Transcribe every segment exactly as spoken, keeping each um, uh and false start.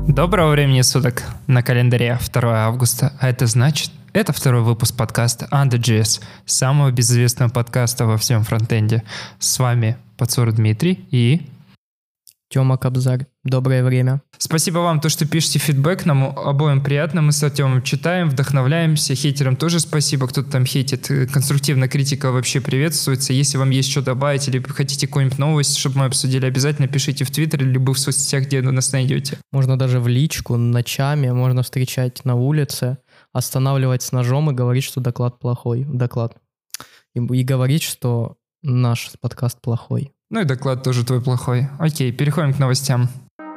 Доброго времени суток. На календаре второе августа, а это значит, это второй выпуск подкаста Under.js, самого безызвестного подкаста во всем фронтенде. С вами Пацур Дмитрий и... Тёма Кобзарь. Доброе время. Спасибо вам, то, что пишете фидбэк, нам обоим приятно, мы с Артемом читаем, вдохновляемся, хейтерам тоже спасибо, кто-то там хейтит, конструктивная критика вообще приветствуется. Если вам есть что добавить или хотите какую-нибудь новость, чтобы мы обсудили, обязательно пишите в Твиттере, либо в соцсетях, где вы нас найдете. Можно даже в личку, ночами, можно встречать на улице, останавливать с ножом и говорить, что доклад плохой. Доклад. И, и говорить, что наш подкаст плохой. Ну и доклад тоже твой плохой. Окей, переходим к новостям.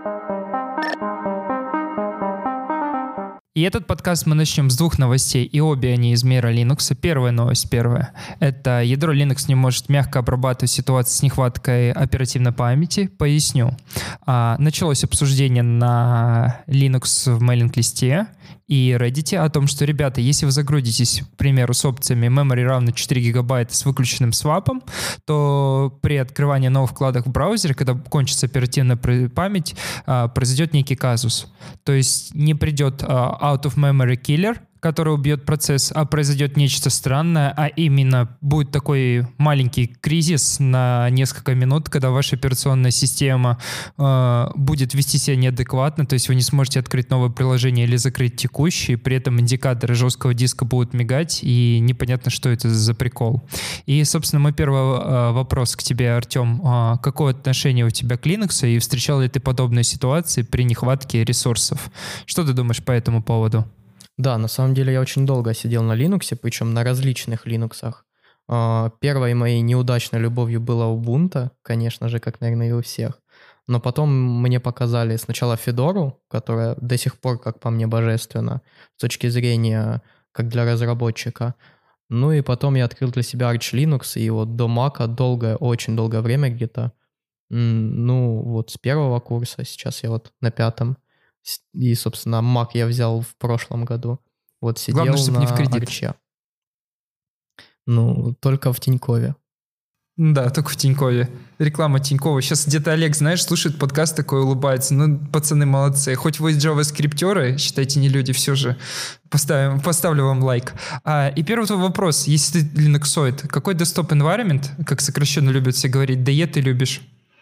И этот подкаст мы начнем с двух новостей, и обе они из мира Linux. Первая новость, первая. Это ядро Linux не может мягко обрабатывать ситуацию с нехваткой оперативной памяти. Поясню. А, началось обсуждение на Linux в мейлинг-листе и Reddit о том, что, ребята, если вы загрузитесь, к примеру, с опциями memory равно четыре гигабайта с выключенным свапом, то при открывании новых вкладок в браузере, когда кончится оперативная память, произойдет некий казус. То есть не придет out of memory killer, который убьет процесс, а произойдет нечто странное, а именно будет такой маленький кризис на несколько минут, когда ваша операционная система э, будет вести себя неадекватно, то есть вы не сможете открыть новое приложение или закрыть текущее, при этом индикаторы жесткого диска будут мигать, и непонятно, что это за прикол. И, собственно, мой первый э, вопрос к тебе, Артем. Э, какое отношение у тебя к Linux, и встречал ли ты подобные ситуации при нехватке ресурсов? Что ты думаешь по этому поводу? Да, на самом деле я очень долго сидел на Linux, причем на различных Linux. Первой моей неудачной любовью была Ubuntu, конечно же, как, наверное, и у всех. Но потом мне показали сначала Fedora, которая до сих пор, как по мне, божественна с точки зрения как для разработчика. Ну и потом я открыл для себя Arch Linux, и вот до Mac долгое, очень долгое время где-то, ну вот с первого курса, сейчас я вот на пятом. И, собственно, Mac я взял в прошлом году. Вот сидел Главное, чтобы на не в кредит. Арче. Ну, только в Тинькове. Да, только в Тинькове. Реклама Тинькова. Сейчас где-то Олег, знаешь, слушает подкаст такой, улыбается. Ну, пацаны молодцы. Хоть вы джаваскриптеры, считайте, не люди, все же поставим, поставлю вам лайк. А, и первый твой вопрос. Если ты линуксоид, какой desktop environment, как сокращенно любят все говорить, ди и ты любишь?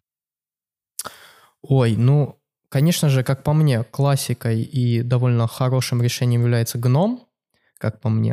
Ой, ну... Конечно же, как по мне, классикой и довольно хорошим решением является гном, как по мне.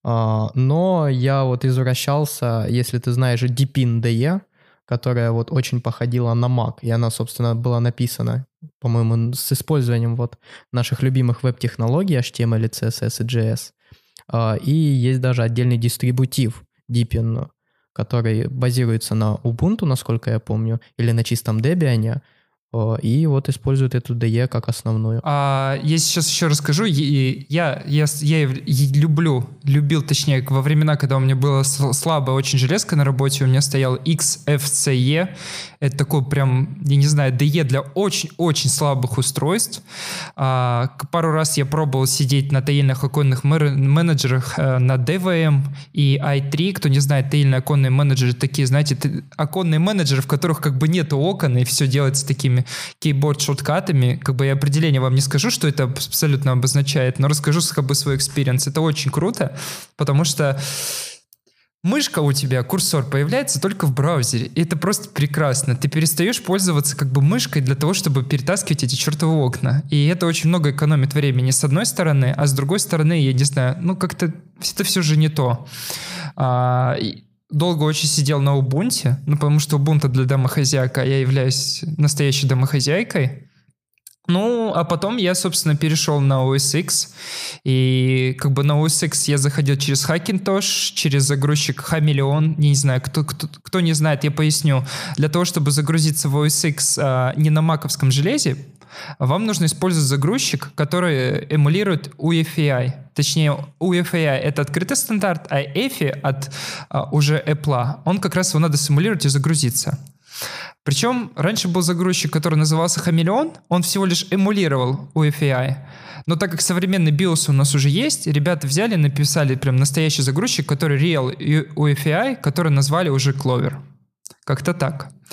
Но я вот извращался, если ты знаешь, Deepin ди и, которая вот очень походила на Mac, и она, собственно, была написана, по-моему, с использованием вот наших любимых веб-технологий эйч ти эм эль, си эс эс и джей эс. И есть даже отдельный дистрибутив Deepin, который базируется на Ubuntu, насколько я помню, или на чистом Debian, и вот используют эту ди и как основную. А, я сейчас еще расскажу. Я, я, я, я люблю, любил, точнее, во времена, когда у меня была слабая очень железка на работе, у меня стоял икс эф си и. Это такой прям, я не знаю, ди и для очень-очень слабых устройств. А, пару раз я пробовал сидеть на таильных оконных менеджерах на ди ви эм и ай три. Кто не знает, таильные оконные менеджеры такие, знаете, оконные менеджеры, в которых как бы нету окон, и все делается такими кейборд-шорткатами. Как бы я определение вам не скажу, что это абсолютно обозначает, но расскажу как бы свой экспириенс. Это очень круто, потому что мышка у тебя, курсор появляется только в браузере, и это просто прекрасно. Ты перестаешь пользоваться как бы мышкой для того, чтобы перетаскивать эти чертовы окна. И это очень много экономит времени с одной стороны, а с другой стороны, я не знаю, ну как-то это все же не то. А, Долго очень сидел на Ubuntu, ну, потому что Ubuntu для домохозяйка, а я являюсь настоящей домохозяйкой. Ну, а потом я, собственно, перешел на о эс икс, и как бы на о эс икс я заходил через Hackintosh, через загрузчик Хамелеон, не знаю, кто, кто, кто не знает, я поясню. Для того, чтобы загрузиться в о эс икс а, не на маковском железе, вам нужно использовать загрузчик, который эмулирует ю эф ай. Точнее, ю эф ай — это открытый стандарт, а и эф ай от а, уже Apple, он как раз его надо симулировать и загрузиться. Причем раньше был загрузчик, который назывался Хамелеон, он всего лишь эмулировал ю эф ай. Но так как современный биос у нас уже есть, ребята взяли, написали прям настоящий загрузчик, который Real ю эф ай, который назвали уже Clover. Как-то так.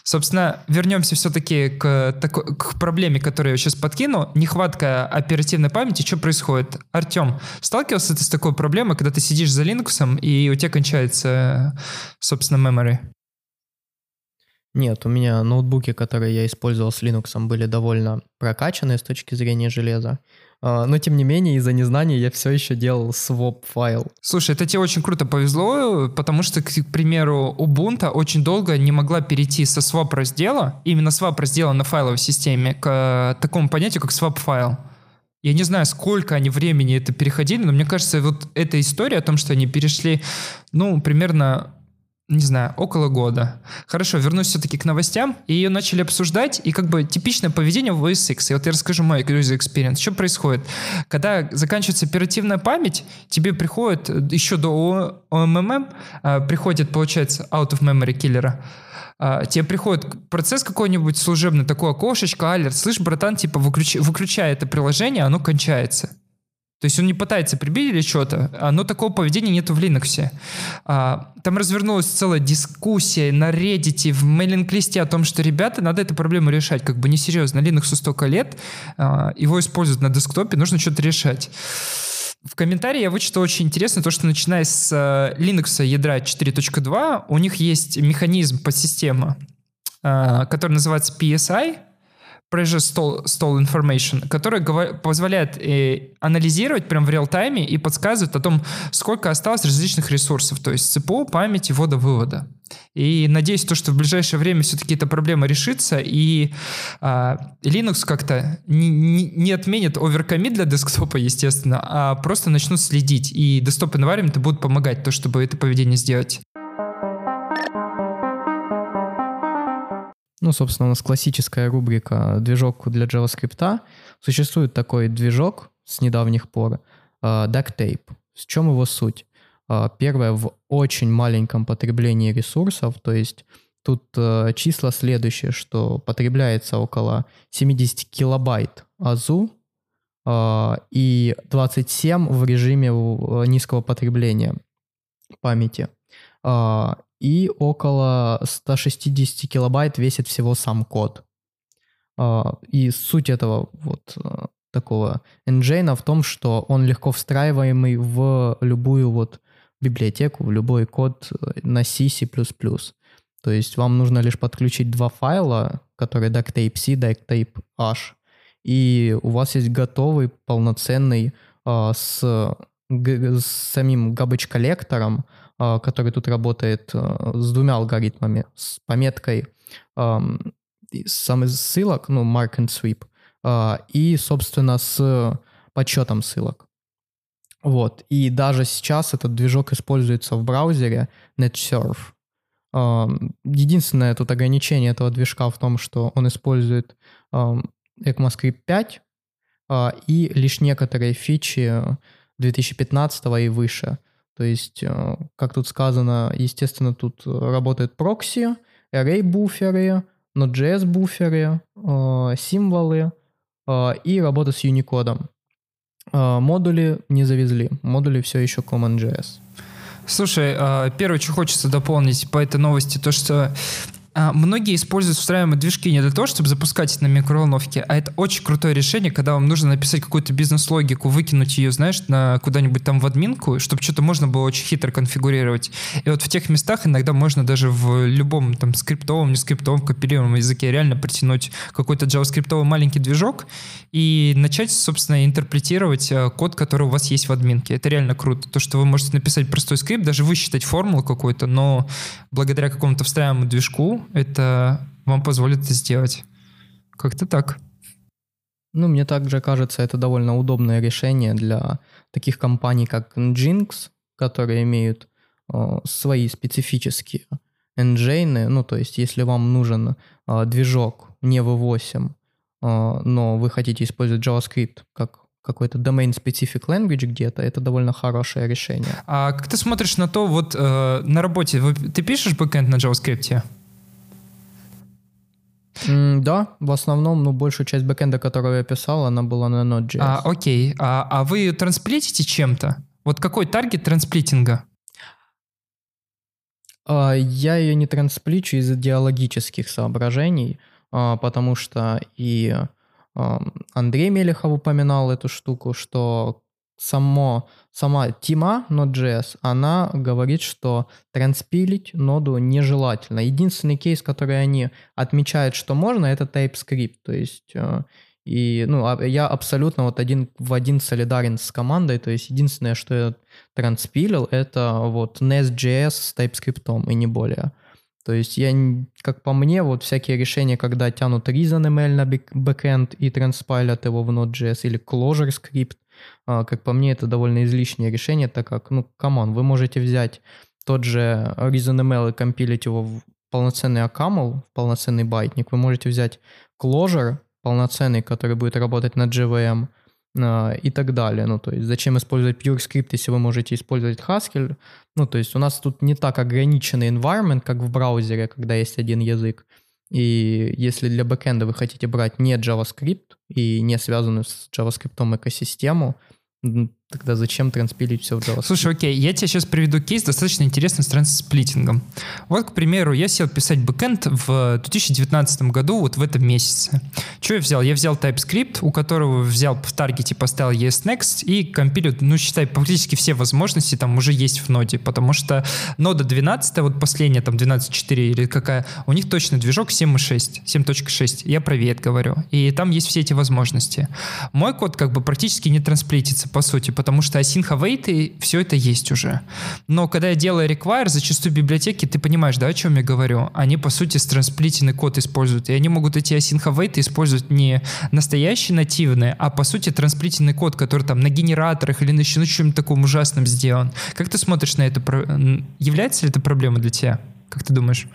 Собственно, вернемся все-таки к, тако- к проблеме, которую я сейчас подкину. Нехватка оперативной памяти. Что происходит? Артем, сталкивался ты с такой проблемой, когда ты сидишь за Linux, и у тебя кончается, собственно, memory? Нет, у меня ноутбуки, которые я использовал с Linux, были довольно прокачанные с точки зрения железа. А, Но, тем не менее, из-за незнания я все еще делал своп файл. Слушай, это тебе очень круто повезло, потому что, к к примеру, Ubuntu очень долго не могла перейти со swap раздела, именно swap раздела на файловой системе, к э, такому понятию, как swap файл. Я не знаю, сколько они времени это переходили, но мне кажется, вот эта история о том, что они перешли, ну, примерно, не знаю, около года. Хорошо, вернусь все-таки к новостям, и ее начали обсуждать, и как бы типичное поведение в о эс икс. И вот я расскажу мой user experience. Что происходит? Когда заканчивается оперативная память, тебе приходит еще до о эм эм эм, а, приходит, получается, out of memory киллера, а, тебе приходит процесс какой-нибудь служебный, такое окошечко, алерт, слышь, братан, типа, выключай, выключай это приложение, оно кончается. То есть он не пытается прибить или что-то, но такого поведения нету в Linux. А, там развернулась целая дискуссия на Reddit, в мейлинг-листе о том, что, ребята, надо эту проблему решать. Как бы несерьезно, Linux столько лет, а, его используют на десктопе, нужно что-то решать. В комментарии я вычитал очень интересно то, что начиная с uh, Linux ядра четыре точка два, у них есть механизм подсистемы, uh, который называется пи эс ай, Pressure Stall, Stall Information, который говор- позволяет э, анализировать прямо в реал-тайме и подсказывает о том, сколько осталось различных ресурсов, то есть ЦПУ, памяти, ввода-вывода. И надеюсь, то, что в ближайшее время все-таки эта проблема решится, и э, Linux как-то не, не, не отменит оверкоммит для десктопа, естественно, а просто начнут следить, и desktop environment будут помогать, то, чтобы это поведение сделать. Ну, собственно, у нас классическая рубрика «Движок для JavaScript». Существует такой движок с недавних пор, uh, Ducktape. В чем его суть? Uh, первое, в очень маленьком потреблении ресурсов, то есть тут uh, числа следующие, что потребляется около семьдесят килобайт АЗУ uh, и двадцать семь в режиме uh, низкого потребления памяти. Uh, и около сто шестьдесят килобайт весит всего сам код. И суть этого вот такого engine в том, что он легко встраиваемый в любую вот библиотеку, в любой код на C, C++. То есть вам нужно лишь подключить два файла, которые Ducktape-C, Ducktape-H, и у вас есть готовый полноценный с, с самим garbage-коллектором, который тут работает с двумя алгоритмами, с пометкой самых ссылок, ну, mark and sweep, и, собственно, с подсчетом ссылок. Вот. И даже сейчас этот движок используется в браузере NetSurf. Единственное тут ограничение этого движка в том, что он использует ECMAScript пять и лишь некоторые фичи две тысячи пятнадцатого и выше. То есть, как тут сказано, естественно, тут работают прокси, array-буферы, Node.js-буферы, символы и работа с Unicode. Модули не завезли, модули все еще CommonJS. Слушай, первое, что хочется дополнить по этой новости, то, что многие используют встраиваемые движки не для того, чтобы запускать это на микроволновке, а это очень крутое решение, когда вам нужно написать какую-то бизнес-логику, выкинуть ее, знаешь, на куда-нибудь там в админку, чтобы что-то можно было очень хитро конфигурировать. И вот в тех местах иногда можно даже в любом там скриптовом, не скриптовом, компилируемом языке реально притянуть какой-то JavaScript маленький движок и начать, собственно, интерпретировать код, который у вас есть в админке. Это реально круто. То, что вы можете написать простой скрипт, даже высчитать формулу какую-то, но благодаря какому-то встраиваемому движку это вам позволит это сделать. Как-то так. Ну, мне также кажется, это довольно удобное решение для таких компаний, как Nginx, которые имеют э, свои специфические engine. Ну, то есть, если вам нужен э, движок не ви восемь, э, но вы хотите использовать JavaScript как какой-то domain-specific language где-то, это довольно хорошее решение. А как ты смотришь на то, вот э, на работе, вы, ты пишешь бэкэнд на JavaScript? Mm, да, в основном, ну, большую часть бэкэнда, которую я писал, она была на Node.js. А, окей, а, а вы трансплитите чем-то? Вот какой таргет трансплитинга? А, Я ее не транспличу из идеологических соображений, а, потому что и а, Андрей Мелехов упоминал эту штуку, что само, сама тима Node.js, она говорит, что транспилить ноду нежелательно. Единственный кейс, который они отмечают, что можно, это TypeScript. То есть э, и, ну, а- я абсолютно вот один в один солидарен с командой. То есть единственное, что я транспилил, это вот Nest.js с TypeScript и не более. То есть я, н- как по мне, вот всякие решения, когда тянут ReasonML на бэк- бэкэнд и транспайлят его в Node.js или ClojureScript, а, как по мне, это довольно излишнее решение, так как, ну, камон, вы можете взять тот же ReasonML и компилить его в полноценный акамл, в полноценный байтник. Вы можете взять Clojure полноценный, который будет работать на джей ви эм, а, и так далее. Ну, то есть зачем использовать PureScript, если вы можете использовать Haskell? Ну, то есть у нас тут не так ограниченный environment, как в браузере, когда есть один язык. И если для бэкэнда вы хотите брать не JavaScript и не связанную с JavaScript экосистему, м, тогда зачем транспилить все в JavaScript? Слушай, окей, я тебе сейчас приведу кейс достаточно интересный с транссплитингом. Вот, к примеру, я сел писать бэкэнд в две тысячи девятнадцатом году, вот в этом месяце. Что я взял? Я взял TypeScript, у которого взял в таргете, поставил ESNext и компилю, ну, считай, практически все возможности там уже есть в ноде, потому что нода двенадцать, вот последняя, там двенадцать точка четыре или какая, у них точно движок семь точка шесть, семь точка шесть, я про вет говорю, и там есть все эти возможности. Мой код как бы практически не трансплитится, по сути, потому что async await и все это есть уже. Но когда я делаю require, зачастую библиотеки, ты понимаешь, да, о чем я говорю? Они, по сути, транссплитенный код используют, и они могут эти async await использовать не настоящий нативный, а, по сути, трансплитенный код, который там на генераторах или на еще на чем-то таком ужасном сделан. Как ты смотришь на это? Является ли это проблемой для тебя? Как ты думаешь?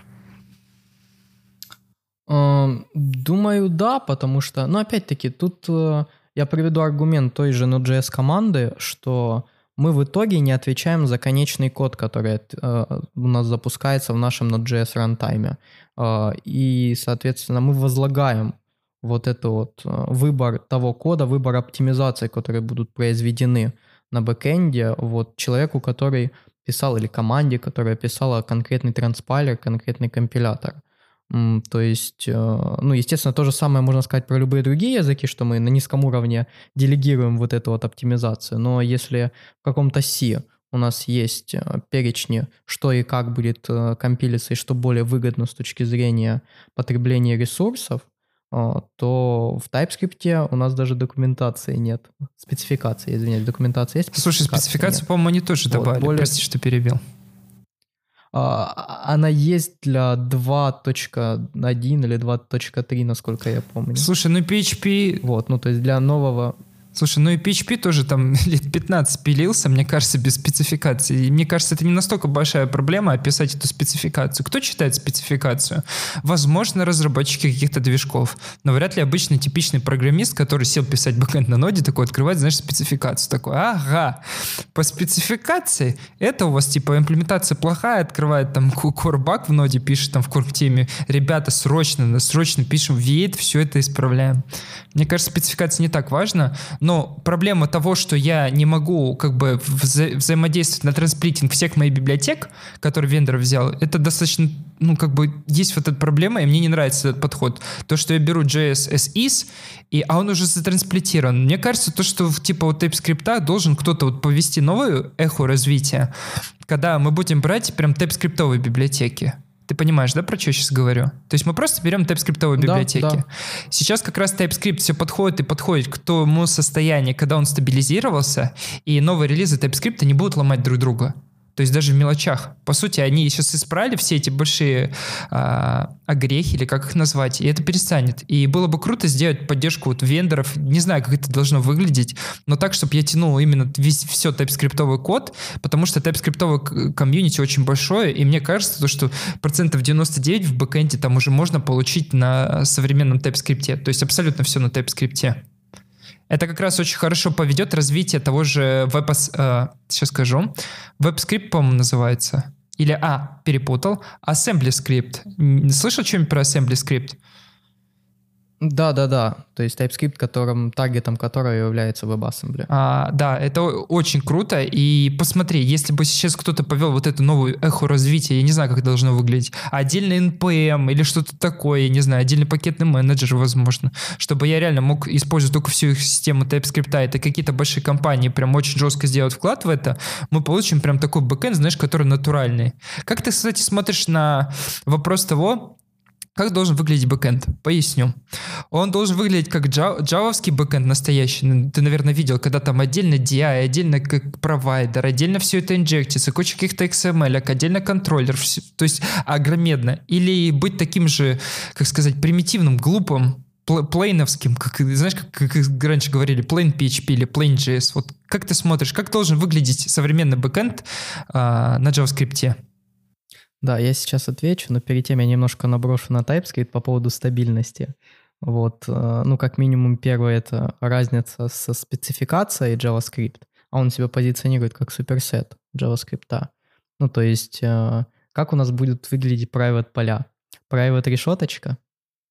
Эм, Думаю, да, потому что, ну, опять-таки, тут э, я приведу аргумент той же Node.js команды, что мы в итоге не отвечаем за конечный код, который э, у нас запускается в нашем Node.js рантайме. Э, и, соответственно, мы возлагаем вот это вот э, выбор того кода, выбор оптимизаций, которые будут произведены на бэкэнде, вот человеку, который писал, или команде, которая писала конкретный транспайлер, конкретный компилятор. М, То есть, э, ну, естественно, то же самое можно сказать про любые другие языки, что мы на низком уровне делегируем вот эту вот оптимизацию. Но если в каком-то C у нас есть э, перечни, что и как будет э, компилиться, и что более выгодно с точки зрения потребления ресурсов, э, то в TypeScript у нас даже документации нет. Спецификации, извиняюсь, документация есть? Слушай, спецификации спецификацию, нет. по-моему, они тоже Вот, добавили. более- Прости, что перебил. А, Она есть для два точка один или два точка три, насколько я помню. Слушай, ну пи эйч пи... Вот, ну то есть для нового... Слушай, ну и пи эйч пи тоже там лет пятнадцать пилился, мне кажется, без спецификации. И мне кажется, это не настолько большая проблема описать эту спецификацию. Кто читает спецификацию? Возможно, разработчики каких-то движков. Но вряд ли обычный типичный программист, который сел писать бэкэнд на ноде, такой открывает, знаешь, спецификацию. Такой, ага, по спецификации это у вас типа имплементация плохая, открывает там core-баг в ноде, пишет там в core-теме, ребята, срочно, срочно пишем вейт, все это исправляем. Мне кажется, спецификация не так важна. Но проблема того, что я не могу как бы вза- взаимодействовать на трансплитинг всех моих библиотек, которые вендор взял, это достаточно, ну как бы есть вот эта проблема, и мне не нравится этот подход. То, что я беру джей эс as is, и, а он уже затрансплитирован. Мне кажется, то, что в типа вот TypeScript должен кто-то вот повести новую эхо развития, когда мы будем брать прям TypeScript-овые библиотеки. Ты понимаешь, да, про что я сейчас говорю? То есть мы просто берем TypeScript-овые Да, библиотеки. да. Сейчас как раз TypeScript все подходит и подходит к тому состоянию, когда он стабилизировался, и новые релизы TypeScript не будут ломать друг друга. То есть даже в мелочах. По сути, они сейчас исправили все эти большие а, огрехи, или как их назвать, и это перестанет. И было бы круто сделать поддержку вот вендоров, не знаю, как это должно выглядеть, но так, чтобы я тянул именно весь, все TypeScript-овый код, потому что TypeScript-овый комьюнити очень большое, и мне кажется, то, что процентов девяносто девять в бэкэнде там уже можно получить на современном TypeScript. То есть абсолютно все на TypeScript. Это как раз очень хорошо поведет развитие того же веб... Э, сейчас скажу. WebScript, по-моему, называется. Или, а, перепутал. AssemblyScript. Слышал что-нибудь про AssemblyScript? Да-да-да, то есть TypeScript, которым, таргетом которого является WebAssembly. А, да, это очень круто. И посмотри, если бы сейчас кто-то повел вот эту новую эхо развития, я не знаю, как это должно выглядеть, отдельный эн пи эм или что-то такое, я не знаю, отдельный пакетный менеджер, возможно, чтобы я реально мог использовать только всю их систему TypeScript, это какие-то большие компании прям очень жестко сделают вклад в это, мы получим прям такой бэкэнд, знаешь, который натуральный. Как ты, кстати, смотришь на вопрос того, как должен выглядеть бэкэнд? Поясню. Он должен выглядеть как джав, джавовский бэкэнд настоящий. Ты, наверное, видел, когда там отдельно ди ай, отдельно как провайдер, отдельно все это инжектится, куча каких-то икс эм эль, отдельно контроллер. Все, то есть огромедно. Или быть таким же, как сказать, примитивным, глупым, плейновским, как, знаешь, как, как раньше говорили, plain пи эйч пи или plain джей эс. Вот как ты смотришь, как должен выглядеть современный бэкэнд а, на JavaScript? Да, я сейчас отвечу, но перед тем я немножко наброшу на TypeScript по поводу стабильности. Вот, ну, как минимум, первое — это разница со спецификацией JavaScript, а он себя позиционирует как суперсет JavaScript. Ну, то есть, как у нас будут выглядеть private поля? Private решеточка.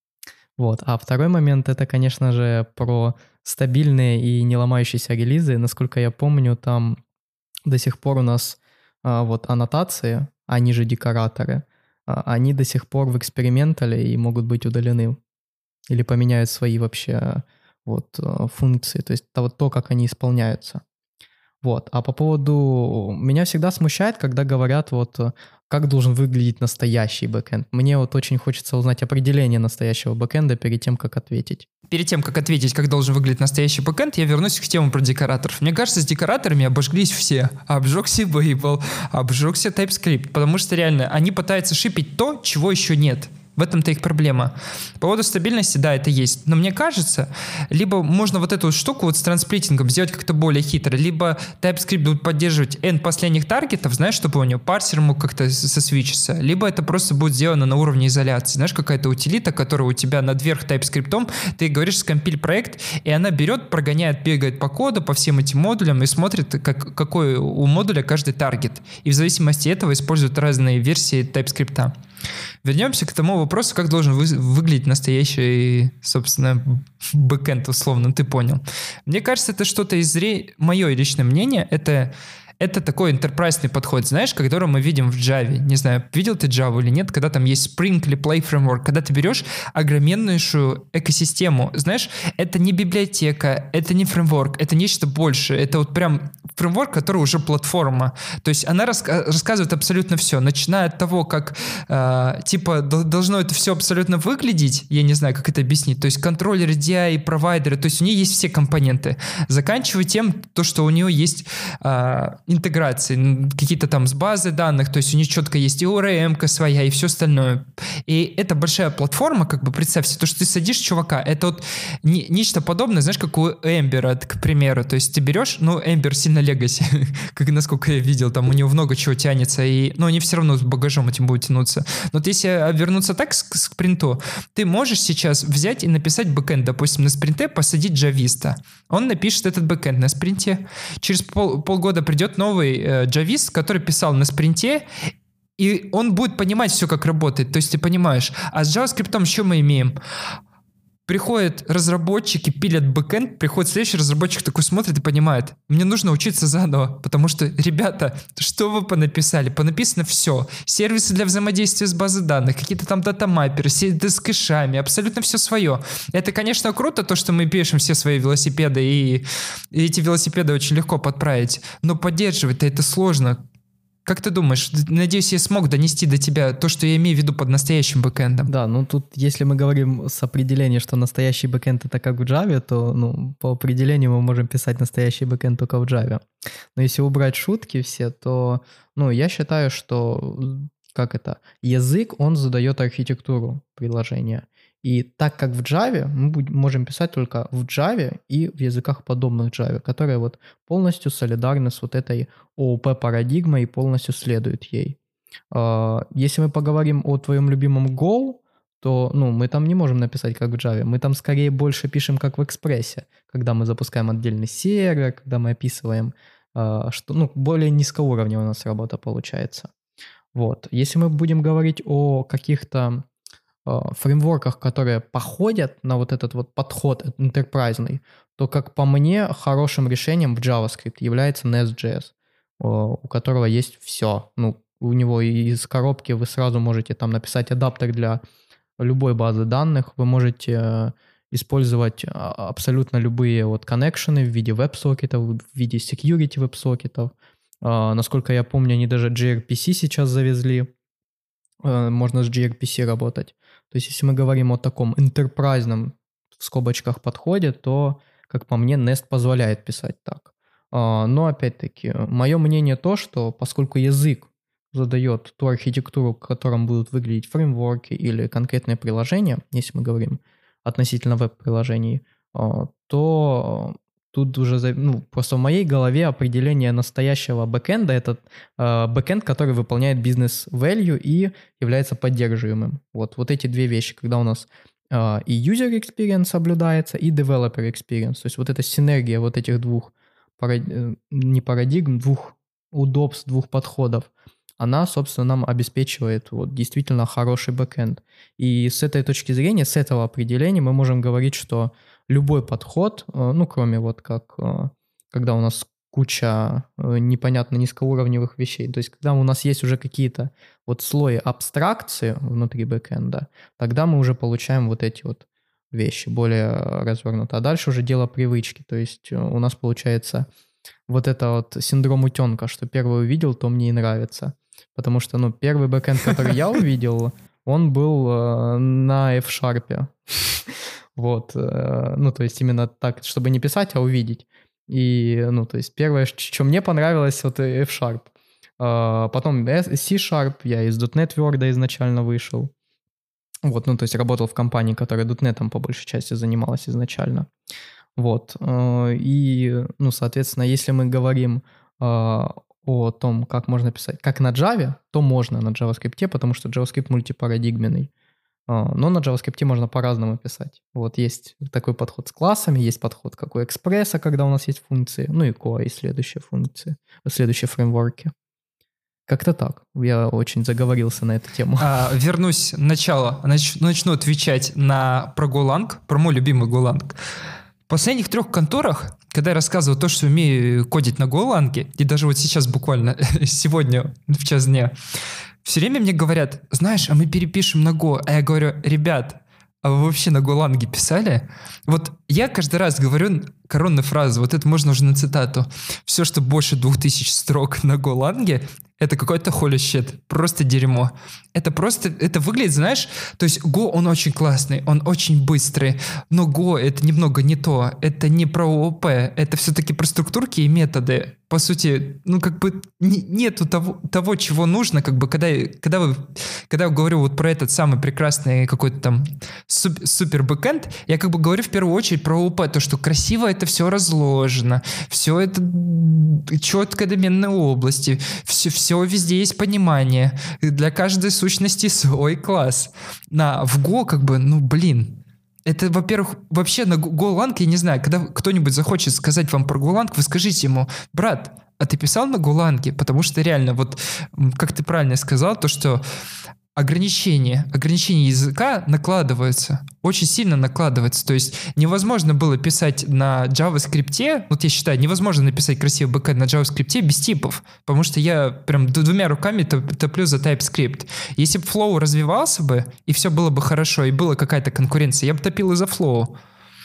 Вот, а второй момент — это, конечно же, про стабильные и не ломающиеся релизы. Насколько я помню, там до сих пор у нас вот аннотации, они же декораторы, они до сих пор в экспериментале и могут быть удалены или поменяют свои вообще вот функции, то есть это вот то, как они исполняются. Вот. А по поводу... Меня всегда смущает, когда говорят вот как должен выглядеть настоящий бэкэнд. Мне вот очень хочется узнать определение настоящего бэкэнда перед тем, как ответить. Перед тем, как ответить, как должен выглядеть настоящий бэкэнд, я вернусь к теме про декораторов. Мне кажется, с декораторами обожглись все. Обжегся Babel, обжегся TypeScript, потому что реально они пытаются шипить то, чего еще нет. В этом-то их проблема. По поводу стабильности, да, это есть. Но мне кажется, либо можно вот эту штуку вот с трансплитингом сделать как-то более хитро, либо TypeScript будет поддерживать n последних таргетов, знаешь, чтобы у него парсер мог как-то сосвичиться, либо это просто будет сделано на уровне изоляции. Знаешь, какая-то утилита, которая у тебя над верх TypeScript, ты говоришь скомпиль проект, и она берет, прогоняет, бегает по коду, по всем этим модулям и смотрит, как, какой у модуля каждый таргет. И в зависимости от этого используют разные версии TypeScript. Вернемся к тому вопросу, как должен вы, выглядеть настоящий, собственно, бэкэнд, условно, ты понял. Мне кажется, это что-то из зрения, мое личное мнение, это, это такой энтерпрайзный подход, знаешь, который мы видим в Java. Не знаю, видел ты Java или нет, когда там есть Spring или Play Framework, когда ты берешь огроменнейшую экосистему, знаешь, это не библиотека, это не фреймворк, это нечто большее, это вот прям фреймворк, который уже платформа. То есть она раска- рассказывает абсолютно все, начиная от того, как э, типа д- должно это все абсолютно выглядеть, я не знаю, как это объяснить, то есть контроллеры, ди ай, провайдеры, то есть у нее есть все компоненты, заканчивая тем, то, что у нее есть э, интеграции, какие-то там с базой данных, то есть у нее четко есть и о эр эм-ка своя, и все остальное. И это большая платформа, как бы представьте, то, что ты садишь чувака, это вот не, нечто подобное, знаешь, как у Ember, к примеру, то есть ты берешь, ну, Ember сильно Legacy, как насколько я видел, там у него много чего тянется, и, но они все равно с багажом этим будут тянуться. Но вот если вернуться так к спринту, ты можешь сейчас взять и написать бэкэнд, допустим, на спринте посадить джависта. Он напишет этот бэкэнд на спринте. Через пол, полгода придет новый э, джавист, который писал на спринте, и он будет понимать все, как работает. То есть ты понимаешь. А с JavaScript что мы имеем? Приходят разработчики, пилят бэкэнд, приходит следующий разработчик, такой смотрит и понимает, мне нужно учиться заново, потому что, ребята, что вы понаписали? Понаписано все. Сервисы для взаимодействия с базой данных, какие-то там датамайперы, с кэшами, абсолютно все свое. Это, конечно, круто, то, что мы пишем все свои велосипеды, и, и эти велосипеды очень легко подправить, но поддерживать-то это сложно. Как ты думаешь, надеюсь, я смог донести до тебя то, что я имею в виду под настоящим бэкэндом? Да, ну тут, если мы говорим с определения, что настоящий бэкэнд это как в Java, то ну, по определению мы можем писать настоящий бэкэнд только в Java. Но если убрать шутки все, то ну, я считаю, что как это, язык, он задает архитектуру приложения. И так как в Java, мы будем, можем писать только в Java и в языках подобных Java, которые вот полностью солидарны с вот этой о о пи-парадигмой и полностью следуют ей. Если мы поговорим о твоем любимом Go, то ну, мы там не можем написать как в Java, мы там скорее больше пишем как в Express, когда мы запускаем отдельный сервер, когда мы описываем, что ну, более низкоуровневая у нас работа получается. Вот. Если мы будем говорить о каких-то фреймворках, которые походят на вот этот вот подход enterprise-ный, то, как по мне, хорошим решением в JavaScript является Nest.js, у которого есть все. Ну, у него из коробки вы сразу можете там написать адаптер для любой базы данных, вы можете использовать абсолютно любые вот коннекшены в виде веб-сокетов, в виде security веб-сокетов. Насколько я помню, они даже джей ар пи си сейчас завезли. Можно с джей ар пи си работать. То есть, если мы говорим о таком enterprise-ном в скобочках подходе, то, как по мне, Nest позволяет писать так. Но, опять-таки, мое мнение то, что поскольку язык задает ту архитектуру, в котором будут выглядеть фреймворки или конкретные приложения, если мы говорим относительно веб-приложений, то тут уже, ну, просто в моей голове определение настоящего бэкэнда — это э, бэкэнд, который выполняет бизнес-value и является поддерживаемым. Вот, вот эти две вещи, когда у нас э, и user experience соблюдается, и developer experience. То есть вот эта синергия вот этих двух, парад... не парадигм, двух удобств, двух подходов, она, собственно, нам обеспечивает вот действительно хороший бэкэнд. И с этой точки зрения, с этого определения мы можем говорить, что любой подход, ну, кроме вот как, когда у нас куча непонятно низкоуровневых вещей, то есть когда у нас есть уже какие-то вот слои абстракции внутри бэкэнда, тогда мы уже получаем вот эти вот вещи более развернуто. А дальше уже дело привычки, то есть у нас получается вот это вот синдром утенка, что первый увидел, то мне и нравится. Потому что, ну, первый бэкэнд, который я увидел, он был э, на F-Sharp. Вот. Э, ну, то есть именно так, чтобы не писать, а увидеть. И, ну, то есть первое, что мне понравилось, вот F-Sharp. Э, потом C-Sharp, я из .дот нет Word изначально вышел. Вот, ну, то есть работал в компании, которая .дот нет по большей части занималась изначально. Вот. Э, и, ну, соответственно, если мы говорим э, о том, как можно писать, как на Java, то можно на JavaScript, потому что JavaScript мультипарадигменный. Но на JavaScript можно по-разному писать. Вот есть такой подход с классами, есть подход как у экспресса, когда у нас есть функции, ну и Коа, и следующие функции, следующие фреймворки. Как-то так. Я очень заговорился на эту тему. А, вернусь в начало. Нач, начну отвечать на про Golang, про мой любимый Golang. В последних трех конторах, когда я рассказывал то, что умею кодить на Golang, и даже вот сейчас буквально, сегодня в час дня, все время мне говорят, знаешь, а мы перепишем на Go. А я говорю, ребят, а вы вообще на Golang писали? Вот я каждый раз говорю коронную фразу, вот это можно уже на цитату. Все, что больше двух тысяч строк на Golang, это какой-то holy shit, просто дерьмо. Это просто, это выглядит, знаешь, то есть Go, он очень классный, он очень быстрый, но Go это немного не то, это не про ООП, это все-таки про структурки и методы. По сути, ну как бы не, нету того, того, чего нужно, как бы когда, когда, вы, когда я говорю вот про этот самый прекрасный какой-то там суп, супер бэкэнд, я как бы говорю в первую очередь про ООП, то, что красиво это все разложено, все это четко доменные области, все, все везде есть понимание, для каждой сущности свой класс. На, в Go как бы, ну блин, это, во-первых, вообще на Golang, я не знаю, когда кто-нибудь захочет сказать вам про Golang, вы скажите ему, брат, а ты писал на Golang? Потому что реально, вот, как ты правильно сказал, то, что ограничения, ограничения языка накладываются, очень сильно накладываются. То есть невозможно было писать на JavaScript, вот я считаю, невозможно написать красивый бэкэнд на JavaScript без типов, потому что я прям двумя руками топлю за TypeScript. Если бы Flow развивался бы, и все было бы хорошо, и была какая-то конкуренция, я бы топил и за Flow.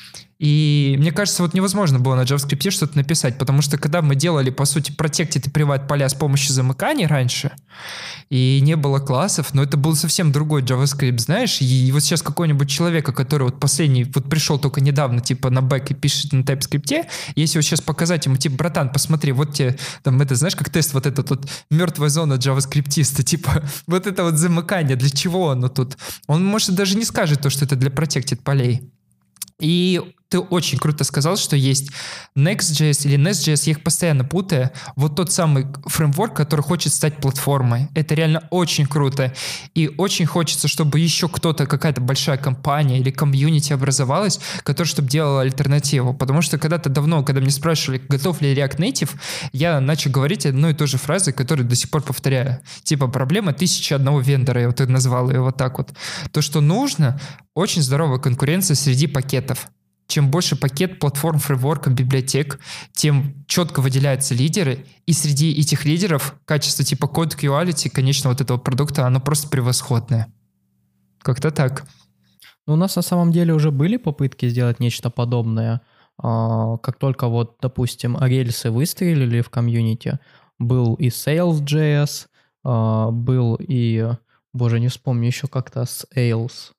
И мне кажется, вот невозможно было на JavaScript что-то написать, потому что когда мы делали, по сути, protected и private поля с помощью замыканий раньше, и не было классов, но это был совсем другой JavaScript, знаешь, и вот сейчас какой-нибудь человек, который вот последний, вот пришел только недавно, типа, на бэк и пишет на TypeScript, если вот сейчас показать ему, типа, братан, посмотри, вот тебе, там, это, знаешь, как тест, вот этот вот мертвая зона JavaScriptиста, типа, вот это вот замыкание, для чего оно тут? Он, может, даже не скажет то, что это для protected полей. И ты очень круто сказал, что есть Next.js или Nest.js, я их постоянно путаю. Вот тот самый фреймворк, который хочет стать платформой. Это реально очень круто. И очень хочется, чтобы еще кто-то, какая-то большая компания или комьюнити образовалась, которая чтобы делала альтернативу. Потому что когда-то давно, когда меня спрашивали, готов ли React Native, я начал говорить одну и ту же фразу, которую до сих пор повторяю. Типа проблема тысячи одного вендора, я вот назвал ее вот так вот. То, что нужно, очень здоровая конкуренция среди пакетов. Чем больше пакет платформ, фреймворков, библиотек, тем четко выделяются лидеры, и среди этих лидеров качество типа code quality, конечно, вот этого продукта, оно просто превосходное. Как-то так. Ну, у нас на самом деле уже были попытки сделать нечто подобное. Как только вот, допустим, рельсы выстрелили в комьюнити, был и Sales.js, был и, боже, не вспомню, еще как-то с Ails.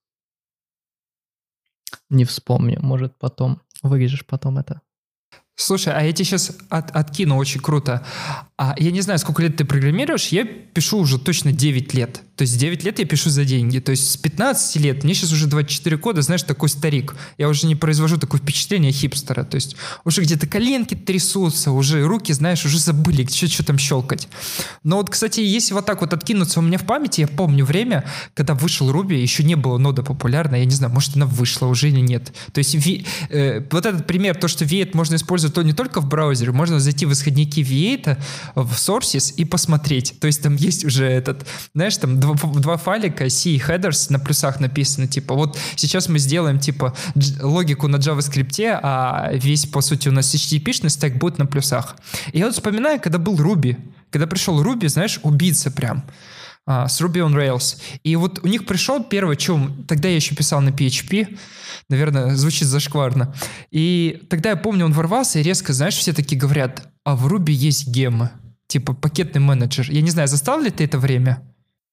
Не вспомню, может потом, вырежешь потом это. Слушай, а я тебе сейчас от, откину очень круто. А я не знаю, сколько лет ты программируешь, я пишу уже точно девять лет. То есть девять лет я пишу за деньги. То есть с пятнадцати лет, мне сейчас уже двадцать четыре года, знаешь, такой старик. Я уже не произвожу такое впечатление хипстера. То есть уже где-то коленки трясутся, уже руки, знаешь, уже забыли, что, что там щелкать. Но вот, кстати, если вот так вот откинуться у меня в памяти, я помню время, когда вышел Ruby, еще не было нода популярна, я не знаю, может она вышла уже или нет. То есть ви, э, вот этот пример, то, что ви эйт можно использовать то не только в браузере, можно зайти в исходники ви эйт, в sources и посмотреть. То есть там есть уже этот, знаешь, там два, два файлика C и headers на плюсах написано, типа вот сейчас мы сделаем типа логику на JavaScript, а весь, по сути, у нас эйч ти ти пи-шный стек будет на плюсах. И я вот вспоминаю, когда был Ruby, когда пришел Ruby, знаешь, убийца прям. Uh, с Ruby on Rails. И вот у них пришел первый, чем тогда я еще писал на пи эйч пи, наверное, звучит зашкварно. И тогда я помню, он ворвался и резко, знаешь, все такие говорят, а в Ruby есть геммы, типа пакетный менеджер. Я не знаю, застал ли ты это время?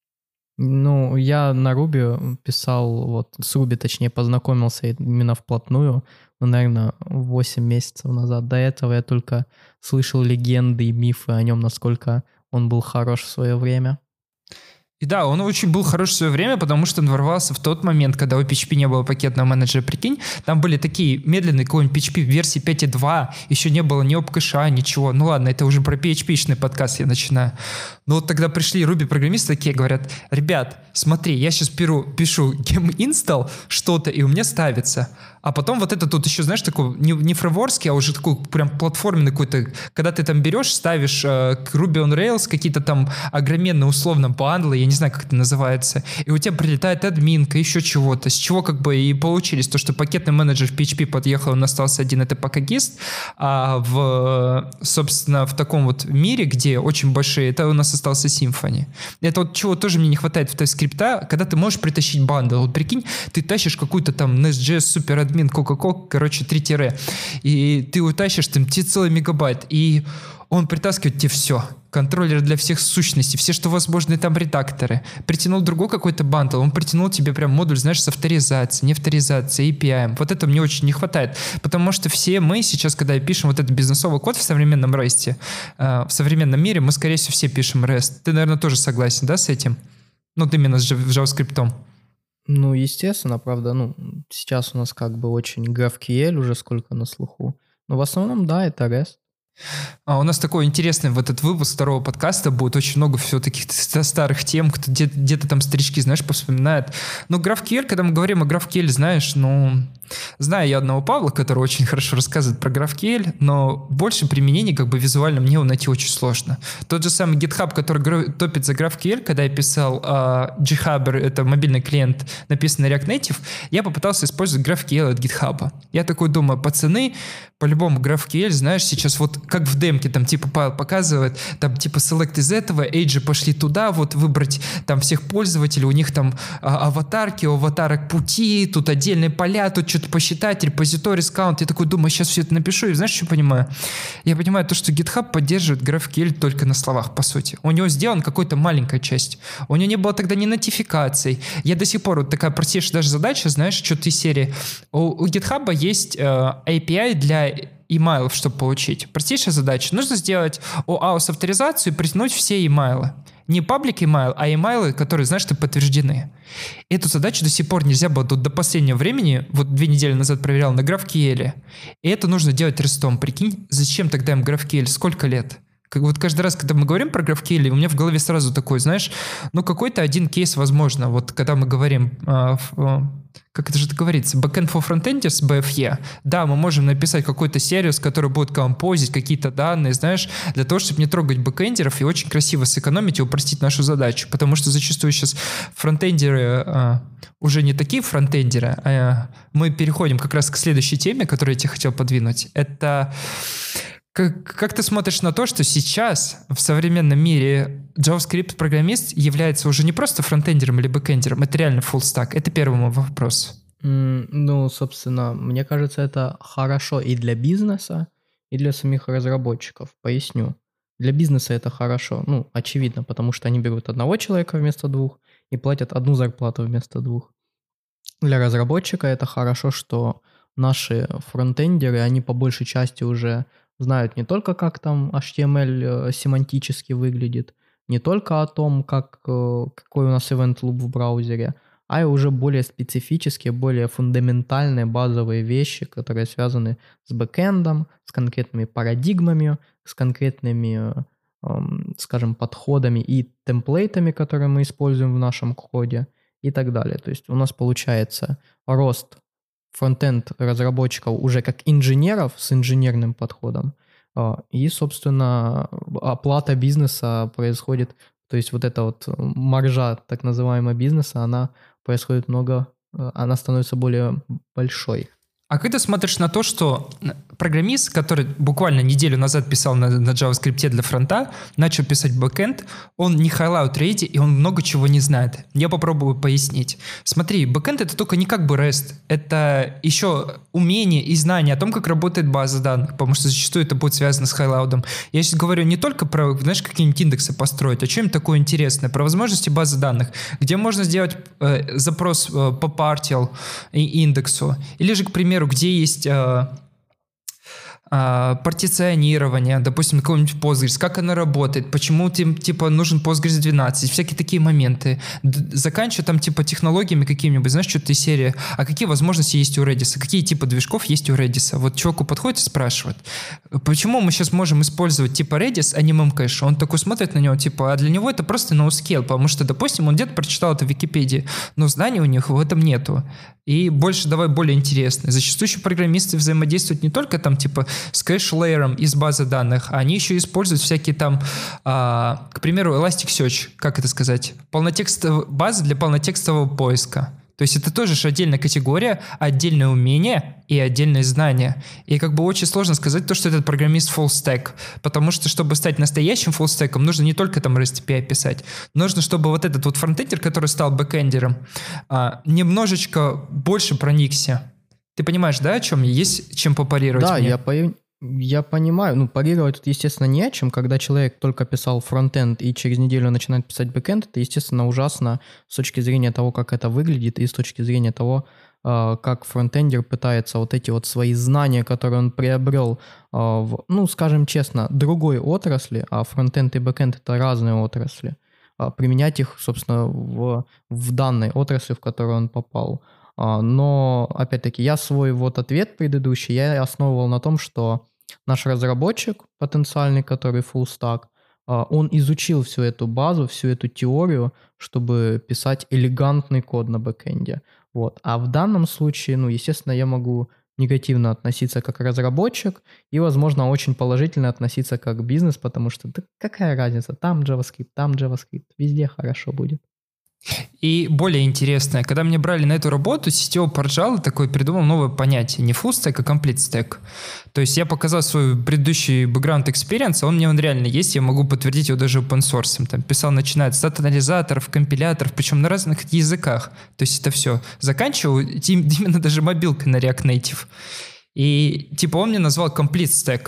Ну, я на Ruby писал, вот с Ruby, точнее, познакомился именно вплотную, ну, наверное, восемь месяцев назад. До этого я только слышал легенды и мифы о нем, насколько он был хорош в свое время. И да, он очень был хорош в свое время, потому что он ворвался в тот момент, когда у пи эйч пи не было пакетного менеджера, прикинь, там были такие медленные какой-нибудь пи эйч пи в версии пять точка два, еще не было ни опкэша, ничего. Ну ладно, это уже про пи эйч пи-шный подкаст я начинаю. Но вот тогда пришли Ruby-программисты такие, говорят, ребят, смотри, я сейчас пишу, пишу gem-install что-то, и у меня ставится. А потом вот это тут еще, знаешь, такой не, не фреймворкский, а уже такой прям платформенный какой-то, когда ты там берешь, ставишь э, к Ruby on Rails какие-то там огроменные условно бандлы, я не знаю, как это называется, и у тебя прилетает админка, еще чего-то, с чего как бы и получились, то, что пакетный менеджер в пи эйч пи подъехал, он остался один, это пока гист, а в, собственно, в таком вот мире, где очень большие, это у нас остался Symfony. Это вот чего тоже мне не хватает в TypeScript, когда ты можешь притащить бандл. Вот прикинь, ты тащишь какую-то там Nest.js супер админ, Coca-Cola, короче, три тире, и ты утащишь там тебе целый мегабайт, и он притаскивает тебе все. Контроллер для всех сущностей, все, что возможны там редакторы. Притянул другой какой-то бандл, он притянул тебе прям модуль, знаешь, с авторизацией, не авторизацией, эй пи ай. Вот это мне очень не хватает, потому что все мы сейчас, когда пишем вот этот бизнесовый код в современном REST, э, в современном мире, мы, скорее всего, все пишем REST. Ты, наверное, тоже согласен, да, с этим? Ну, вот именно с JavaScript. Ну, естественно, правда, ну, сейчас у нас как бы очень GraphQL уже сколько на слуху. Но в основном, да, это REST. А у нас такой интересный в этот выпуск второго подкаста будет очень много все-таки старых тем, кто где- где-то там старички, знаешь, повспоминают. Но GraphQL, когда мы говорим о GraphQL, знаешь, ну, знаю я одного Павла, который очень хорошо рассказывает про GraphQL, но больше применений как бы визуально мне его найти очень сложно. Тот же самый GitHub, который гро- топит за GraphQL, когда я писал uh, Ghabber, это мобильный клиент, написанный React Native, я попытался использовать GraphQL от GitHub. Я такой думаю, пацаны, по-любому GraphQL, знаешь, сейчас вот как в демке там типа Павел показывает, там типа select из этого, эйджи пошли туда, вот выбрать там всех пользователей, у них там а, аватарки, у аватарок пути, тут отдельные поля, тут что-то посчитать, репозиторий, скаунт. Я такой думаю, сейчас все это напишу, и знаешь, что понимаю? Я понимаю то, что GitHub поддерживает GraphQL только на словах, по сути. У него сделана какая-то маленькая часть. У него не было тогда ни нотификаций. Я до сих пор, вот такая простейшая даже задача, знаешь, что-то из серии. У, у GitHub есть э, эй пи ай для имейлов, чтобы получить. Простейшая задача. Нужно сделать оаус авторизацию и притянуть все имейлы. Не паблик email, а имейлы, которые, знаешь, ты подтверждены. Эту задачу до сих пор нельзя было тут до последнего времени, вот две недели назад проверял на GraphQL. И это нужно делать рестом. Прикинь, зачем тогда им GraphQL? Сколько лет? Как вот каждый раз, когда мы говорим про GraphQL, у меня в голове сразу такой, знаешь, ну какой-то один кейс возможно. Вот когда мы говорим, а, а, как это же говорится, backend for frontenders, би эф и, да, мы можем написать какой-то сервис, который будет композить какие-то данные, знаешь, для того, чтобы не трогать бэкэндеров и очень красиво сэкономить и упростить нашу задачу. Потому что зачастую сейчас фронтендеры а, уже не такие фронтендеры, а мы переходим как раз к следующей теме, которую я тебе хотел подвинуть. Это... Как, как ты смотришь на то, что сейчас в современном мире JavaScript-программист является уже не просто фронтендером или бэкэндером, это реально full stack? Это первый мой вопрос. Mm, ну, собственно, мне кажется, это хорошо и для бизнеса, и для самих разработчиков. Поясню. Для бизнеса это хорошо, ну, очевидно, потому что они берут одного человека вместо двух и платят одну зарплату вместо двух. Для разработчика это хорошо, что наши фронтендеры, они по большей части уже знают не только, как там эйч ти эм эль семантически выглядит, не только о том, как, какой у нас event loop в браузере, а и уже более специфические, более фундаментальные базовые вещи, которые связаны с бэкэндом, с конкретными парадигмами, с конкретными, скажем, подходами и темплейтами, которые мы используем в нашем коде и так далее. То есть у нас получается рост фронтенд разработчиков уже как инженеров с инженерным подходом. И, собственно, оплата бизнеса происходит, то есть вот эта вот маржа так называемого бизнеса, она происходит много, она становится более большой. А как ты смотришь на то, что программист, который буквально неделю назад писал на, на JavaScript для фронта, начал писать бэкэнд, он не highlight ready, и он много чего не знает. Я попробую пояснить. Смотри, бэкэнд — это только не как бы REST, это еще умение и знание о том, как работает база данных, потому что зачастую это будет связано с хайлаудом. Я сейчас говорю не только про, знаешь, какие-нибудь индексы построить, а что-нибудь такое интересное, про возможности базы данных, где можно сделать э, запрос э, по partial и индексу, или же, к примеру, где есть э, э, партиционирование, допустим, какой-нибудь Postgres, как оно работает, почему типа нужен Postgres двенадцать, всякие такие моменты. Д- заканчивая там типа технологиями какими-нибудь, знаешь, что-то из серии, а какие возможности есть у Redis, какие типы движков есть у Redis. Вот чуваку подходит и спрашивает, почему мы сейчас можем использовать типа Redis, а не Memcache? Он такой смотрит на него, типа, а для него это просто no-scale, потому что, допустим, он где-то прочитал это в Википедии, но знаний у них в этом нету. И больше давай более интересно. Зачастую еще программисты взаимодействуют не только там типа с кэш-лейером из базы данных, а они еще используют всякие там, а, к примеру, Elasticsearch, как это сказать, полнотекстовые базы для полнотекстового поиска. То есть это тоже же отдельная категория, отдельное умение и отдельное знание. И как бы очень сложно сказать то, что этот программист full stack, потому что, чтобы стать настоящим full stack, нужно не только там REST эй пи ай писать, нужно, чтобы вот этот вот фронтендер, который стал бэкэндером, немножечко больше проникся. Ты понимаешь, да, о чем? Есть чем попарировать? Да, мне? я понимаю. Я понимаю, ну, парировать тут, естественно, не о чем. Когда человек только писал фронтенд и через неделю начинает писать бэкенд, это, естественно, ужасно с точки зрения того, как это выглядит, и с точки зрения того, как фронтендер пытается вот эти вот свои знания, которые он приобрел в, ну, скажем честно, другой отрасли, а фронтенд и бэкенд — это разные отрасли, применять их, собственно, в, в данной отрасли, в которую он попал. Но, опять-таки, я свой вот ответ предыдущий, я основывал на том, что наш разработчик потенциальный, который full stack, он изучил всю эту базу, всю эту теорию, чтобы писать элегантный код на бэкэнде. Вот. А в данном случае, ну, естественно, я могу негативно относиться как разработчик и, возможно, очень положительно относиться как бизнес, потому что да какая разница, там JavaScript, там JavaScript, везде хорошо будет. И более интересное, когда меня брали на эту работу, сетево поржал и такой придумал новое понятие. Не full stack, а complete stack. То есть я показал свой предыдущий background experience, а он мне он реально есть, я могу подтвердить его даже open source. Там писал, начиная с дата-анализаторов, компиляторов, причем на разных языках. То есть это все. Заканчивал именно даже мобилкой на React Native. И типа он мне назвал complete stack.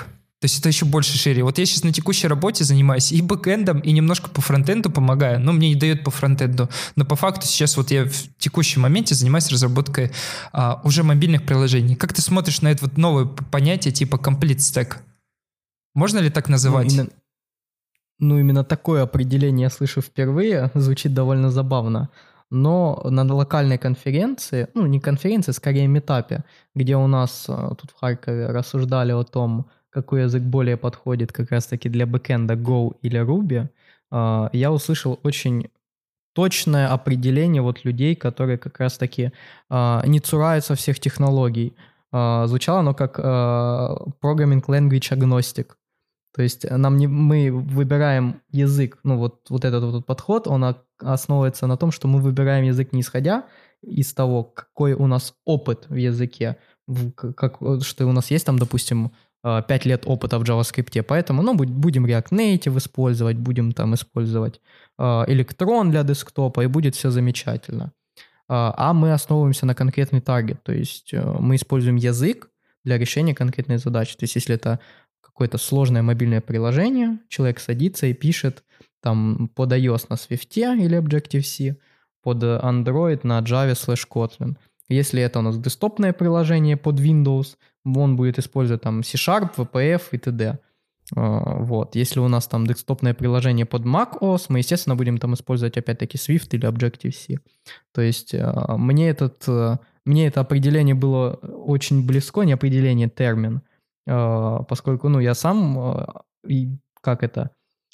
То есть это еще больше шире. Вот я сейчас на текущей работе занимаюсь и бэкэндом, и немножко по фронтенду помогаю, но мне не дает по фронтенду. Но по факту сейчас вот я в текущем моменте занимаюсь разработкой а, уже мобильных приложений. Как ты смотришь на это вот новое понятие типа complete stack? Можно ли так называть? Ну, именно, ну, именно такое определение я слышу впервые, звучит довольно забавно. Но на локальной конференции, ну не конференции, скорее митапе, где у нас тут в Харькове рассуждали о том, какой язык более подходит как раз-таки для бэкэнда, Go или Ruby, я услышал очень точное определение вот людей, которые как раз-таки не цураются всех технологий. Звучало оно как Programming Language Agnostic. То есть нам не, мы выбираем язык, ну вот, вот этот вот подход, он основывается на том, что мы выбираем язык не исходя из того, какой у нас опыт в языке, как, что у нас есть там, допустим, пять лет опыта в JavaScript, поэтому ну, будем React Native использовать, будем там использовать Electron для десктопа, и будет все замечательно. А мы основываемся на конкретный таргет, то есть мы используем язык для решения конкретной задачи. То есть если это какое-то сложное мобильное приложение, человек садится и пишет там под iOS на Swift или Objective-C, под Android на Java slash Kotlin. Если это у нас десктопное приложение под Windows, он будет использовать там C-Sharp, ви пи эф и т.д. Вот. Если у нас там десктопное приложение под macOS, мы, естественно, будем там использовать опять-таки Swift или Objective-C. То есть мне, этот, мне это определение было очень близко, не определение, термин, поскольку ну, я сам, как это,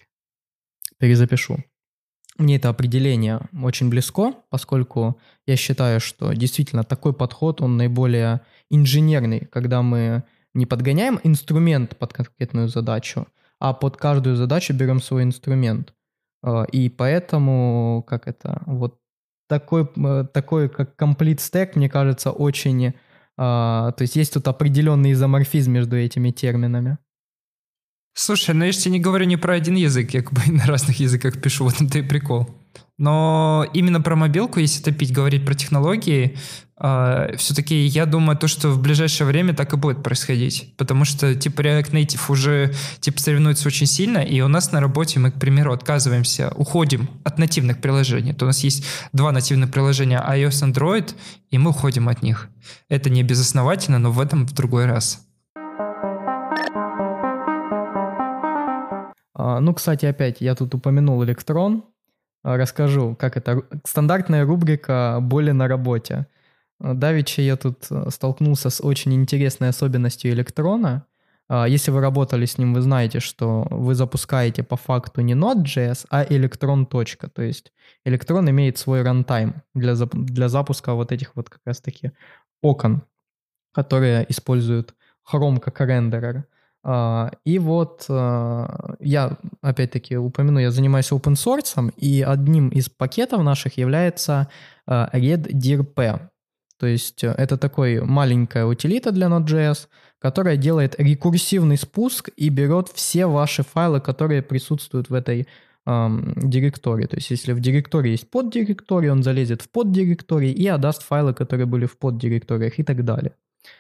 перезапишу. Мне это определение очень близко, поскольку я считаю, что действительно такой подход, он наиболее инженерный, когда мы не подгоняем инструмент под конкретную задачу, а под каждую задачу берем свой инструмент. И поэтому, как это, вот такой, такой как complete stack, мне кажется, очень... То есть есть тут определенный изоморфизм между этими терминами. Слушай, ну я же тебе не говорю не про один язык, я как бы на разных языках пишу, вот это и прикол. Но именно про мобилку, если топить, говорить про технологии, э, все-таки я думаю, то, что в ближайшее время так и будет происходить. Потому что, типа, React Native уже, типа, соревнуется очень сильно, и у нас на работе мы, к примеру, отказываемся, уходим от нативных приложений. То у нас есть два нативных приложения, iOS, Android, и мы уходим от них. Это не безосновательно, но в этом в другой раз. Ну, кстати, опять, я тут упомянул Electron. Расскажу, как это. Стандартная рубрика «Боли на работе». Давеча я тут столкнулся с очень интересной особенностью Электрона. Если вы работали с ним, вы знаете, что вы запускаете по факту не Node.js, а Electron. То есть Electron имеет свой рантайм для, зап- для запуска вот этих вот как раз-таки окон, которые используют Chrome как рендерер. И вот я, опять-таки, упомяну, я занимаюсь open source, и одним из пакетов наших является redirp. То есть это такой маленькая утилита для Node.js, которая делает рекурсивный спуск и берет все ваши файлы, которые присутствуют в этой эм, директории. То есть если в директории есть поддиректория, он залезет в поддиректории и отдаст файлы, которые были в поддиректориях и так далее.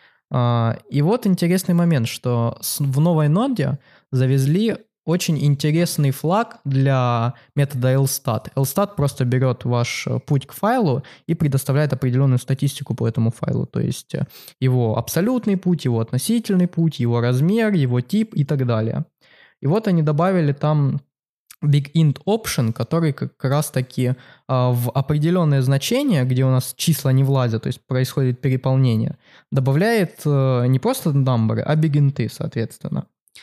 И вот интересный момент, что в новой ноде завезли очень интересный флаг для метода lstat. lstat просто берет ваш путь к файлу и предоставляет определенную статистику по этому файлу, то есть его абсолютный путь, его относительный путь, его размер, его тип и так далее. И вот они добавили там BigInt option, который как раз-таки а, в определенное значение, где у нас числа не влазят, то есть происходит переполнение, добавляет а, не просто number, а BigInt, соответственно.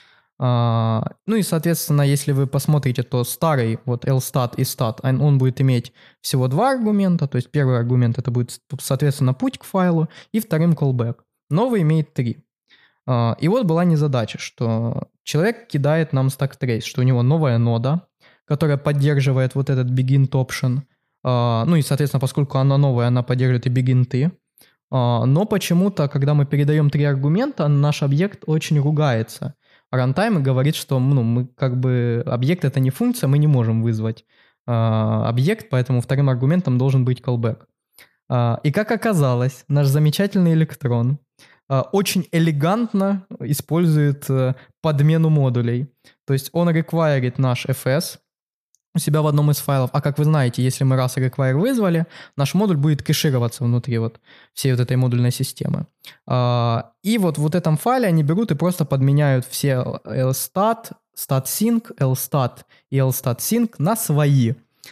А, ну и, соответственно, если вы посмотрите, то старый вот lstat и stat, он, он будет иметь всего два аргумента, то есть первый аргумент это будет, соответственно, путь к файлу, и вторым callback. Новый имеет три. И вот была незадача, что человек кидает нам stack trace, что у него новая нода, которая поддерживает вот этот begin option. Ну и, соответственно, поскольку она новая, она поддерживает и begin. Но почему-то, когда мы передаем три аргумента, наш объект очень ругается. Runtime говорит, что ну, мы как бы объект это не функция, мы не можем вызвать объект, поэтому вторым аргументом должен быть callback. И как оказалось, наш замечательный электрон э, очень элегантно использует э, подмену модулей. То есть он реквайрит наш эф эс у себя в одном из файлов. А как вы знаете, если мы раз require вызвали, наш модуль будет кэшироваться внутри вот всей вот этой модульной системы. А, и вот в вот этом файле они берут и просто подменяют все lstat, statsync, lstat и lstatsync на свои,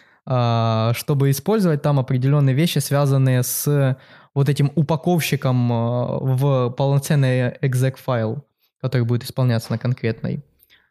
а, чтобы использовать там определенные вещи, связанные с вот этим упаковщиком в полноценный exec файл, который будет исполняться на конкретной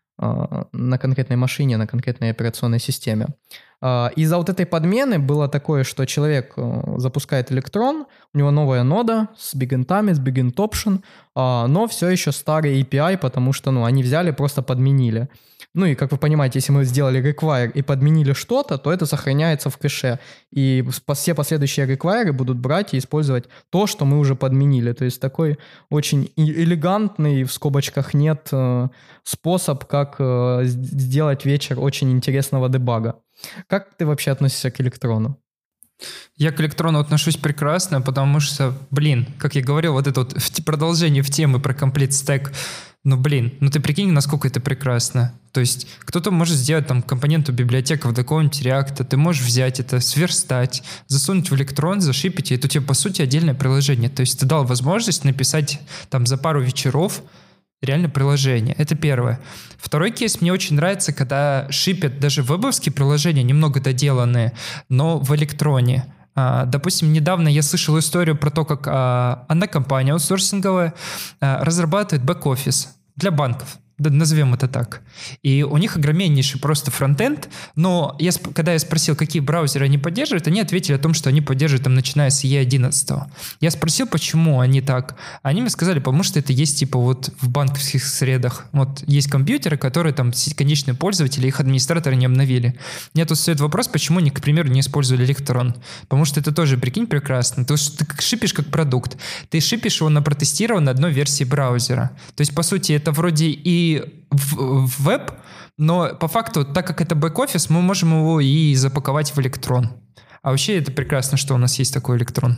на конкретной машине, на конкретной операционной системе. Из-за вот этой подмены было такое, что человек запускает электрон, у него новая нода с бигинтами, с bigint option, но все еще старый эй пи ай, потому что ну, они взяли, просто подменили. Ну и, как вы понимаете, если мы сделали require и подменили что-то, то это сохраняется в кэше. И все последующие require будут брать и использовать то, что мы уже подменили. То есть такой очень элегантный, в скобочках нет, способ, как сделать вечер очень интересного дебага. Как ты вообще относишься к электрону? Я к электрону отношусь прекрасно, потому что, блин, как я говорил, вот это вот в продолжение в темы про Complete Stack, ну, блин, ну ты прикинь, насколько это прекрасно. То есть кто-то может сделать там компоненту библиотеку в какого-нибудь React, ты можешь взять это, сверстать, засунуть в электрон, зашипить, и это у тебя, по сути, отдельное приложение. То есть ты дал возможность написать там за пару вечеров реально приложение. Это первое. Второй кейс мне очень нравится, когда шипят даже вебовские приложения, немного доделанные, но в электроне. А, допустим, недавно я слышал историю про то, как а, одна компания аутсорсинговая а, разрабатывает бэк-офис для банков. Да, назовем это так. И у них огромнейший просто фронтенд, но я, когда я спросил, какие браузеры они поддерживают, они ответили о том, что они поддерживают там, начиная с и одиннадцать. Я спросил, почему они так. Они мне сказали, потому что это есть типа вот в банковских средах. Вот есть компьютеры, которые там конечные пользователи, их администраторы не обновили. Мне тут стоит вопрос, почему они, к примеру, не использовали электрон. Потому что это тоже, прикинь, прекрасно. То есть ты шипишь как продукт. Ты шипишь его на протестированной одной версии браузера. То есть, по сути, это вроде и в, в веб, но по факту, так как это бэк-офис, мы можем его и запаковать в электрон. А вообще это прекрасно, что у нас есть такой электрон.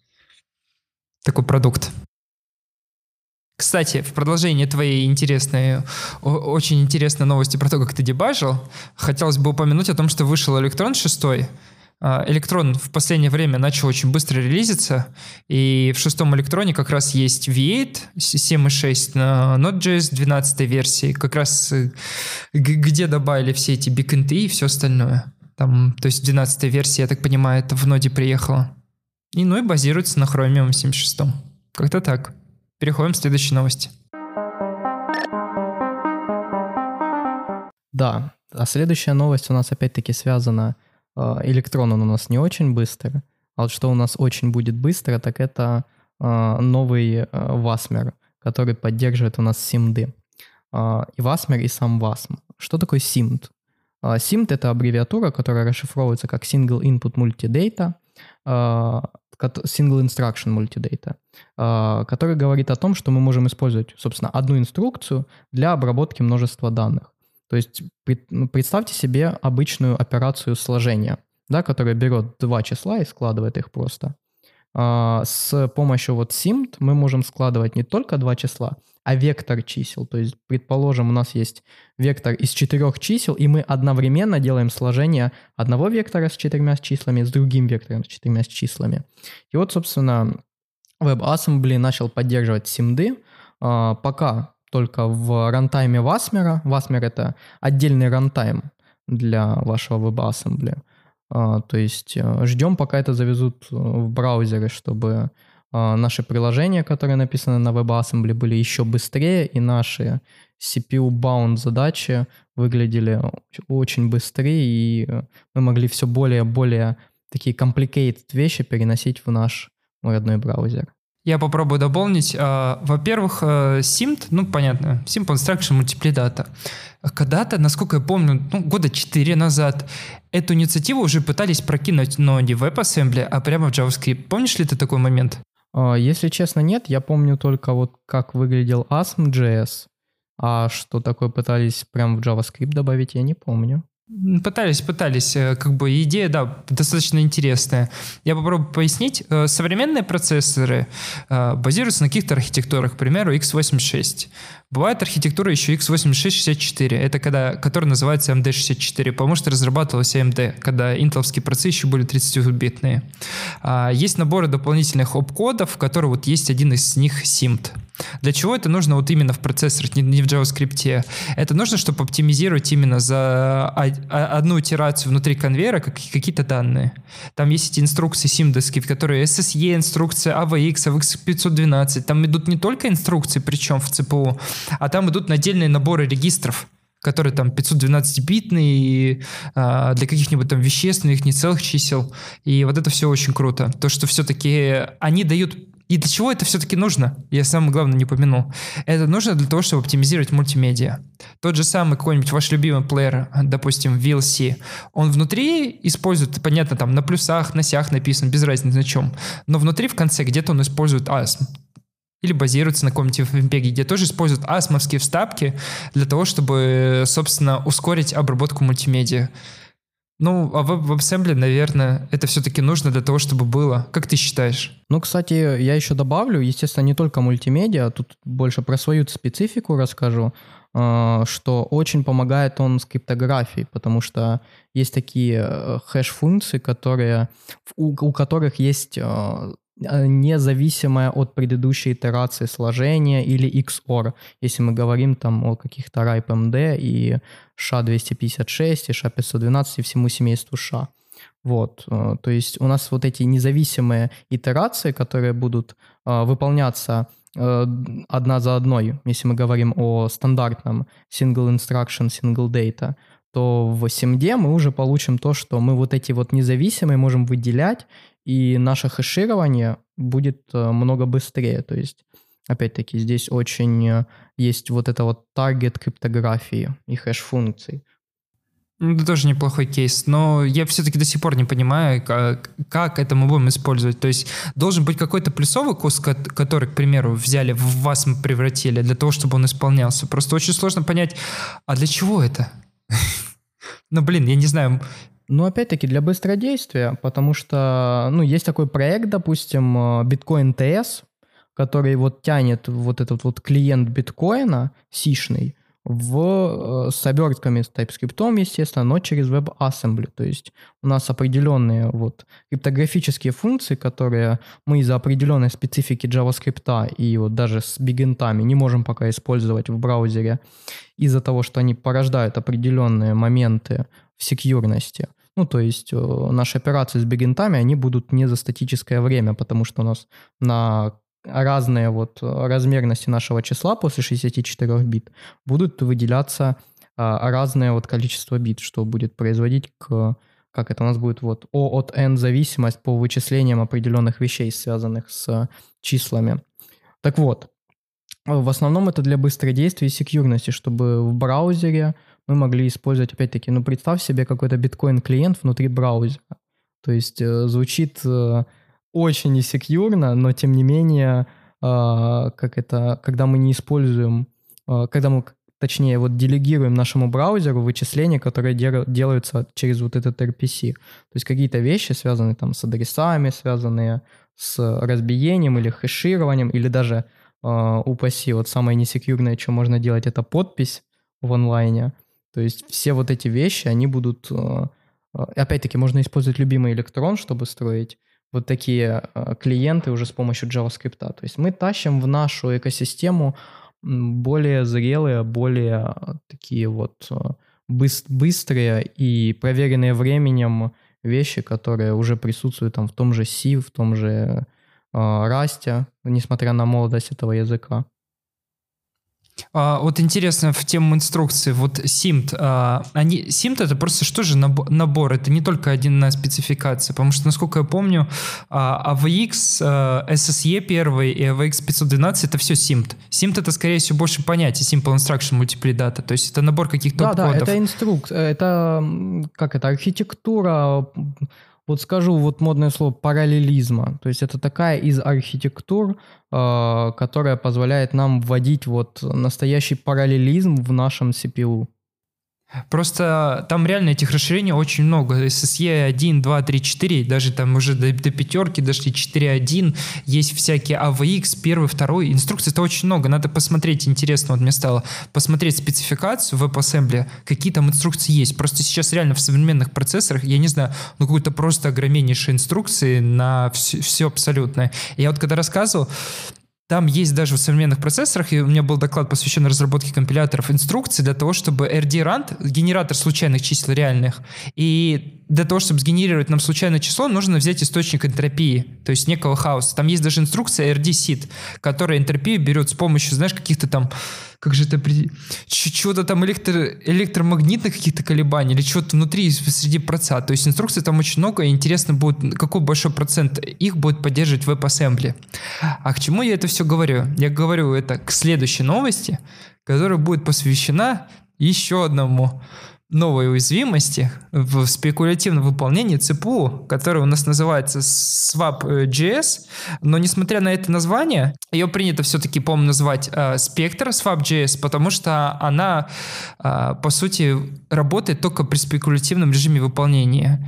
Такой продукт. Кстати, в продолжение твоей интересной, очень интересной новости про то, как ты дебажил, хотелось бы упомянуть о том, что вышел электрон шестой. Электрон в последнее время начал очень быстро релизиться, и в шестом электроне как раз есть ви восемь, семь и шесть на Node.js двенадцатой версии, как раз где добавили все эти бикенты и все остальное. Там, то есть двенадцатой версии, я так понимаю, это в ноде приехало. И ну и базируется на Chromium семь шесть. Как-то так. Переходим к следующей новости. Да, а следующая новость у нас опять-таки связана. Электрон он у нас не очень быстро, а вот что у нас очень будет быстро, так это э, новый э, Wasmer, который поддерживает у нас симд. Э, и Wasmer, и сам Wasm. Что такое симд? Э, симд — это аббревиатура, которая расшифровывается как Single Input Multidata, э, Single Instruction Multidata, э, который говорит о том, что мы можем использовать, собственно, одну инструкцию для обработки множества данных. То есть представьте себе обычную операцию сложения, да, которая берет два числа и складывает их просто. С помощью вот симд мы можем складывать не только два числа, а вектор чисел. То есть, предположим, у нас есть вектор из четырех чисел, и мы одновременно делаем сложение одного вектора с четырьмя числами с другим вектором с четырьмя числами. И вот, собственно, WebAssembly начал поддерживать симды, пока только в рантайме Wasmer. Wasmer — это отдельный рантайм для вашего WebAssembly. А, то есть ждем, пока это завезут в браузеры, чтобы а, наши приложения, которые написаны на WebAssembly, были еще быстрее, и наши си пи ю-bound задачи выглядели очень быстрее, и мы могли все более и более такие complicated вещи переносить в наш родной браузер. Я попробую дополнить. Во-первых, симд, ну, понятно, Simple Instruction Multiply Data. Когда-то, насколько я помню, ну, года четыре назад, эту инициативу уже пытались прокинуть, но не в WebAssembly, а прямо в JavaScript. Помнишь ли ты такой момент? Если честно, нет. Я помню только вот как выглядел asm.js, а что такое пытались прямо в JavaScript добавить, я не помню. М, Пытались, пытались. э, Как бы идея, да, достаточно интересная. Я попробую пояснить. Э, Современные процессоры э, базируются на каких-то архитектурах, к примеру, икс восемьдесят шесть. Бывает архитектура еще икс восемьдесят шесть шестьдесят четыре. Это когда, который называется эй эм ди шестьдесят четыре, потому что разрабатывалась эй эм ди, когда интеловские процессы еще были тридцатибитные. А, Есть наборы дополнительных оп-кодов, в которых вот есть один из них симт. Для чего это нужно вот именно в процессорах, не не в JavaScript? Это нужно, чтобы оптимизировать именно за о- о- одну итерацию внутри конвейера как- какие-то данные. Там есть эти инструкции симдовские, в которые эс эс и инструкция, эй ви икс, эй ви икс пятьсот двенадцать. Там идут не только инструкции, причем в си пи ю, а там идут отдельные наборы регистров, которые там пятьсот двенадцать-битные и, а, для каких-нибудь там вещественных, нецелых чисел. И вот это все очень круто. То, что все-таки они дают... И для чего это все-таки нужно? Я самое главное не упомянул. Это нужно для того, чтобы оптимизировать мультимедиа. Тот же самый какой-нибудь ваш любимый плеер, допустим, ви эл си, он внутри использует, понятно, там на плюсах, на сях написано, без разницы на чем. Но внутри в конце где-то он использует эй эс эм. Или базируется на каком-нибудь эф эм пи джи, где тоже используют асмовские вставки для того, чтобы, собственно, ускорить обработку мультимедиа. Ну, а в WebAssembly, наверное, это все-таки нужно для того, чтобы было. Как ты считаешь? Ну, кстати, я еще добавлю, естественно, не только мультимедиа, тут больше про свою специфику расскажу, э, что очень помогает он с криптографией, потому что есть такие э, хэш-функции, которые, у, у которых есть э, независимое от предыдущей итерации сложение или икс ор, если мы говорим там о каких-то RIPE-эм ди и ша двести пятьдесят шесть, и ша пятьсот двенадцать, и всему семейству ша. Вот, э, то есть у нас вот эти независимые итерации, которые будут э, выполняться э, одна за одной, если мы говорим о стандартном single instruction, single data, то в симде мы уже получим то, что мы вот эти вот независимые можем выделять, и наше хэширование будет э, много быстрее. То есть, опять-таки, здесь очень э, есть вот это вот таргет криптографии и хэш-функций. Ну, это тоже неплохой кейс, но я все-таки до сих пор не понимаю, как, как это мы будем использовать. То есть должен быть какой-то плюсовый курс, который, к примеру, взяли, в вас мы превратили, для того, чтобы он исполнялся. Просто очень сложно понять, а для чего это? Ну, блин, я не знаю. Ну, опять-таки, для быстродействия, потому что, ну, есть такой проект, допустим, Bitcoin ти эс, который вот тянет вот этот вот клиент биткоина, сишный, в, с обертками с TypeScript, естественно, но через WebAssembly. То есть у нас определенные вот криптографические функции, которые мы из-за определенной специфики JavaScript и вот даже с бигинтами не можем пока использовать в браузере из-за того, что они порождают определенные моменты в секьюрности. Ну, то есть э, наши операции с бигинтами, они будут не за статическое время, потому что у нас на разные вот размерности нашего числа после шестидесяти четырёх бит будут выделяться а, разное вот количество бит, что будет производить к, как это у нас будет вот O от N зависимость по вычислениям определенных вещей, связанных с числами. Так вот, в основном это для быстродействия и секьюрности, чтобы в браузере мы могли использовать, опять-таки, ну представь себе какой-то биткоин-клиент внутри браузера. То есть э, звучит... Э, очень несекьюрно, но тем не менее, э, как это, когда мы не используем, э, когда мы, точнее, вот делегируем нашему браузеру вычисления, которые дел, делаются через вот этот эр пи си. То есть какие-то вещи, связанные там с адресами, связанные с разбиением или хэшированием, или даже, э, упаси, вот самое несекьюрное, что можно делать, это подпись в онлайне. То есть все вот эти вещи, они будут... Э, опять-таки, можно использовать любимый электрон, чтобы строить вот такие э, клиенты уже с помощью JavaScript. То есть мы тащим в нашу экосистему более зрелые, более такие вот э, быс- быстрые и проверенные временем вещи, которые уже присутствуют там в том же C, в том же э, Rust, несмотря на молодость этого языка. А, вот интересно в тему инструкции, вот симт, а, они, симт это просто что же набор, это не только одна спецификация, потому что, насколько я помню, а, эй ви икс, а, эс эс и первый и эй ви икс пятьсот двенадцать это все симт. Симт это скорее всего больше понятие, Simple Instruction Multiply Data, то есть это набор каких-то да, кодов. Да, это инструкция, это, как это, архитектура. Вот скажу вот модное слово параллелизма. То есть это такая из архитектур, э, которая позволяет нам вводить вот настоящий параллелизм в нашем си пи ю. Просто там реально этих расширений очень много. эс эс и один, два, три, четыре, даже там уже до, до пятерки дошли, четыре один, есть всякие эй ви икс, первый, второй. Инструкций-то очень много, надо посмотреть, интересно, вот мне стало посмотреть спецификацию в WebAssembly, какие там инструкции есть. Просто сейчас реально в современных процессорах, я не знаю, ну какой-то просто огромнейшие инструкции на все, все абсолютно. Я вот когда рассказывал, там есть даже в современных процессорах, и у меня был доклад, посвященный разработке компиляторов, инструкции для того, чтобы эр ди-Rand, генератор случайных чисел реальных, и для того, чтобы сгенерировать нам случайное число, нужно взять источник энтропии, то есть некого хаоса. Там есть даже инструкция эр ди-Seed, которая энтропию берет с помощью, знаешь, каких-то там, как же это, чего-то там электро, электромагнитных каких-то колебаний или чего-то внутри, среди проца. То есть инструкций там очень много, и интересно будет, какой большой процент их будет поддерживать WebAssembly. А к чему я это все говорю? Я говорю это к следующей новости, которая будет посвящена еще одному новой уязвимости в спекулятивном выполнении си пи ю, которая у нас называется swap.js, но несмотря на это название, ее принято все-таки, по-моему, называть э, Spectre swap.js, потому что она, э, по сути, работает только при спекулятивном режиме выполнения.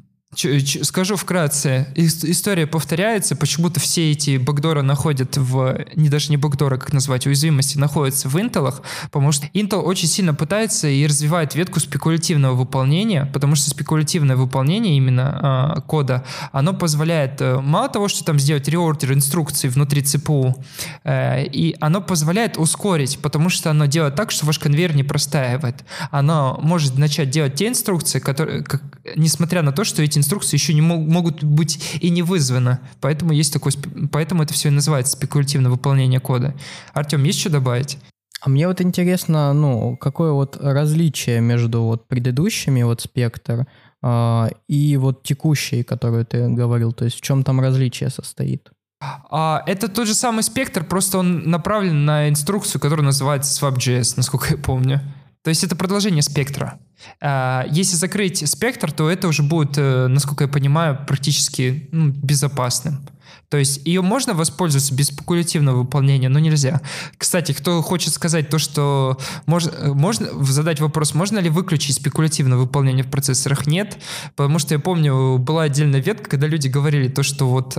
Ч- ч- скажу вкратце, история повторяется, почему-то все эти бэкдоры находят в, не даже не бэкдоры, как назвать, уязвимости находятся в Intel, потому что Intel очень сильно пытается и развивает ветку спекулятивного выполнения, потому что спекулятивное выполнение именно э, кода, оно позволяет, э, мало того, что там сделать реордер инструкций внутри си пи ю, э, и оно позволяет ускорить, потому что оно делает так, что ваш конвейер не простаивает. Оно может начать делать те инструкции, которые, как, несмотря на то, что эти инструкции еще не мог, могут быть и не вызваны. Поэтому есть такой, поэтому это все и называется спекулятивное выполнение кода. Артем, есть что добавить? А мне вот интересно, ну, какое вот различие между вот предыдущими, вот Spectre, э, и вот текущей, которую ты говорил, то есть в чем там различие состоит? А, это тот же самый Spectre, просто он направлен на инструкцию, которая называется swap.js, насколько я помню. То есть это продолжение спектра. Если закрыть спектр, то это уже будет, насколько я понимаю, практически ну, безопасным. То есть ее можно воспользоваться без спекулятивного выполнения, но нельзя. Кстати, кто хочет сказать то, что можно, можно задать вопрос, можно ли выключить спекулятивное выполнение в процессорах? Нет, потому что я помню, была отдельная ветка, когда люди говорили то, что вот...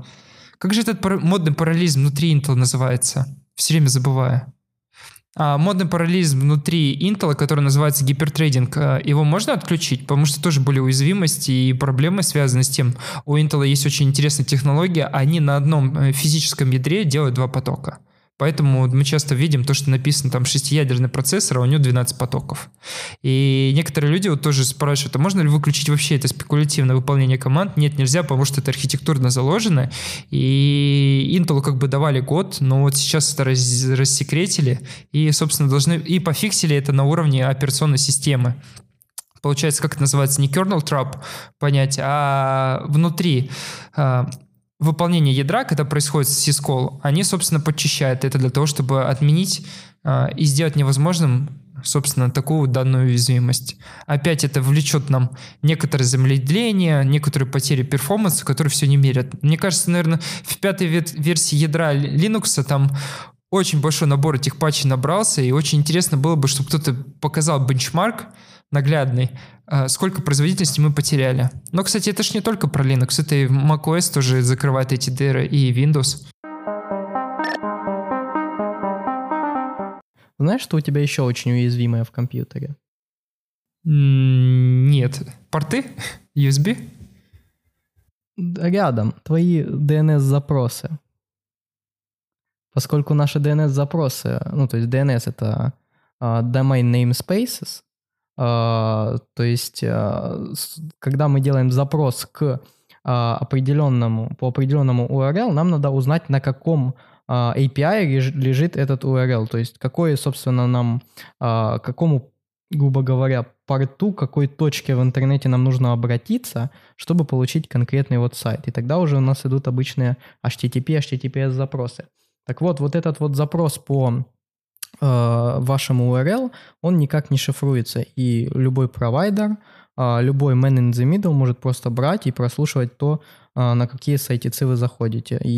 Как же этот модный параллелизм внутри Intel называется? Все время забываю. А, модный параллелизм внутри Intel, который называется гипертрейдинг, его можно отключить, потому что тоже были уязвимости и проблемы, связанные с тем. У Intel есть очень интересная технология, они на одном физическом ядре делают два потока. Поэтому мы часто видим то, что написано там шестиядерный процессор, а у него двенадцать потоков. И некоторые люди вот тоже спрашивают, а можно ли выключить вообще это спекулятивное выполнение команд? Нет, нельзя, потому что это архитектурно заложено. И Intel как бы давали год, но вот сейчас это раз, рассекретили и, собственно, должны и пофиксили это на уровне операционной системы. Получается, как это называется, не kernel trap понятие, а внутри... выполнение ядра, когда происходит сискол, они, собственно, подчищают это для того, чтобы отменить э, и сделать невозможным, собственно, такую данную уязвимость. Опять это влечет нам некоторое замедление, некоторые потери перформанса, которые все не мерят. Мне кажется, наверное, в пятой версии ядра Linux там очень большой набор этих патчей набрался, и очень интересно было бы, чтобы кто-то показал бенчмарк наглядный, сколько производительности мы потеряли. Но, кстати, это ж не только про Linux, это и macOS тоже закрывает эти дыры, и Windows. Знаешь, что у тебя еще очень уязвимое в компьютере? Нет. Порты? ю эс би? Рядом. Твои ди эн эс-запросы. Поскольку наши ди эн эс-запросы, ну, то есть ди эн эс — это uh, Domain Namespaces, Uh, то есть, uh, когда мы делаем запрос к uh, определенному, по определенному ю ар эл, нам надо узнать, на каком uh, эй пи ай лежит этот ю ар эл, то есть какой, собственно, нам, uh, какому, грубо говоря, порту, какой точке в интернете нам нужно обратиться, чтобы получить конкретный вот сайт. И тогда уже у нас идут обычные эйч ти ти пи, эйч ти ти пи эс запросы. Так вот, вот этот вот запрос по вашему ю ар эл, он никак не шифруется, и любой провайдер, любой man in the middle может просто брать и прослушивать то, на какие сайтицы вы заходите. И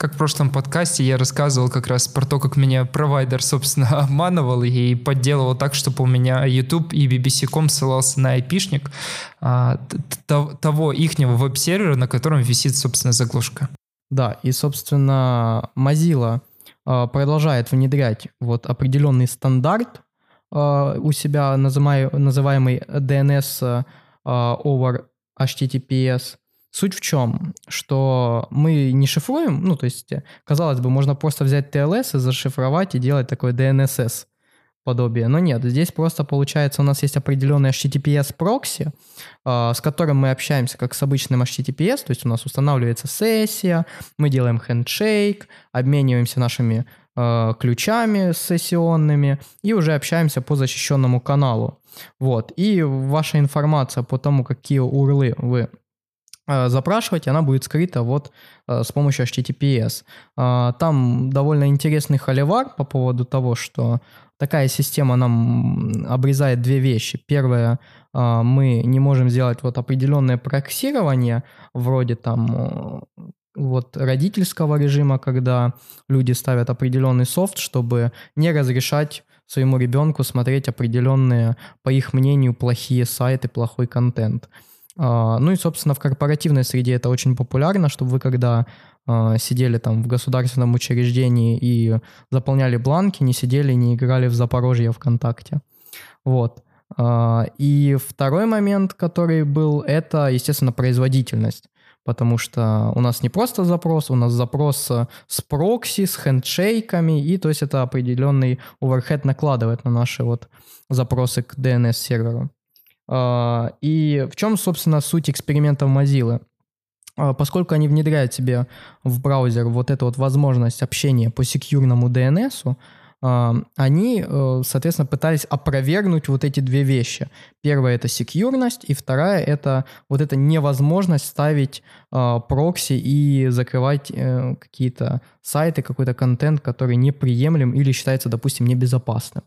Как в прошлом подкасте я рассказывал как раз про то, как меня провайдер, собственно, обманывал и подделывал так, чтобы у меня YouTube и би би си точка ком ссылался на айпишник а, того ихнего веб-сервера, на котором висит, собственно, заглушка. Да, и, собственно, Mozilla а, продолжает внедрять вот определенный стандарт а, у себя, называемый, называемый ди эн эс а, over эйч ти ти пи эс. Суть в чем? Что мы не шифруем, ну, то есть, казалось бы, можно просто взять ти эл эс и зашифровать и делать такой ди эн эс эс подобие. Но нет, здесь просто получается у нас есть определенный эйч ти ти пи эс прокси, с которым мы общаемся как с обычным эйч ти ти пи эс, то есть у нас устанавливается сессия, мы делаем хендшейк, обмениваемся нашими э, ключами сессионными и уже общаемся по защищенному каналу. Вот. И ваша информация по тому, какие урлы вы запрашивать, она будет скрыта вот с помощью эйч ти ти пи эс. Там довольно интересный холивар по поводу того, что такая система нам обрезает две вещи. Первое, мы не можем сделать вот определенное проксирование, вроде там вот родительского режима, когда люди ставят определенный софт, чтобы не разрешать своему ребенку смотреть определенные, по их мнению, плохие сайты, плохой контент. Uh, ну и, собственно, в корпоративной среде это очень популярно, чтобы вы, когда uh, сидели там в государственном учреждении и заполняли бланки, не сидели, не играли в Запорожье ВКонтакте. Вот. Uh, и второй момент, который был, это, естественно, производительность. Потому что у нас не просто запрос, у нас запрос с прокси, с хендшейками, и то есть это определенный оверхед накладывает на наши вот запросы к ди эн эс-серверу. Uh, и в чем, собственно, суть экспериментов Mozilla? Uh, поскольку они внедряют себе в браузер вот эту вот возможность общения по секьюрному ди эн эс, uh, они, uh, соответственно, пытались опровергнуть вот эти две вещи. Первая — это секьюрность, и вторая — это вот эта невозможность ставить uh, прокси и закрывать uh, какие-то сайты, какой-то контент, который неприемлем или считается, допустим, небезопасным.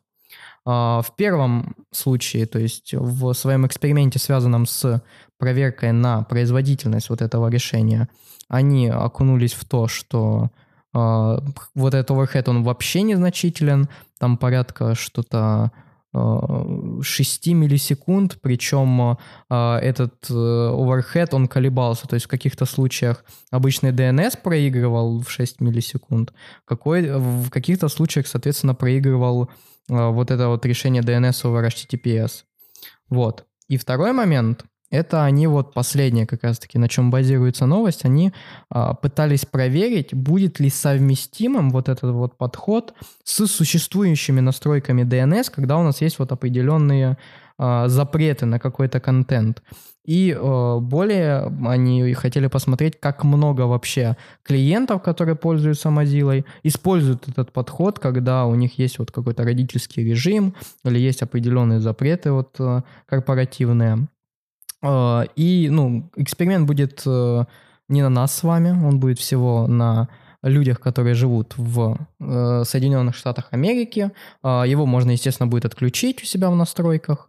В первом случае, то есть в своем эксперименте, связанном с проверкой на производительность вот этого решения, они окунулись в то, что э, вот этот оверхед, он вообще незначителен, там порядка что-то э, шесть миллисекунд, причем э, этот оверхед, он колебался, то есть в каких-то случаях обычный ди эн эс проигрывал в шесть миллисекунд, какой, в каких-то случаях, соответственно, проигрывал вот это вот решение ди эн эс over эйч ти ти пи эс. Вот. И второй момент, это они вот последнее как раз-таки, на чем базируется новость, они а, пытались проверить, будет ли совместимым вот этот вот подход с существующими настройками ди эн эс, когда у нас есть вот определенные а, запреты на какой-то контент. И э, более они хотели посмотреть, как много вообще клиентов, которые пользуются Mozilla, используют этот подход, когда у них есть вот какой-то родительский режим или есть определенные запреты вот, э, корпоративные. Э, и ну, эксперимент будет э, не на нас с вами, он будет всего на людях, которые живут в э, Соединенных Штатах Америки. Э, его можно, естественно, будет отключить у себя в настройках.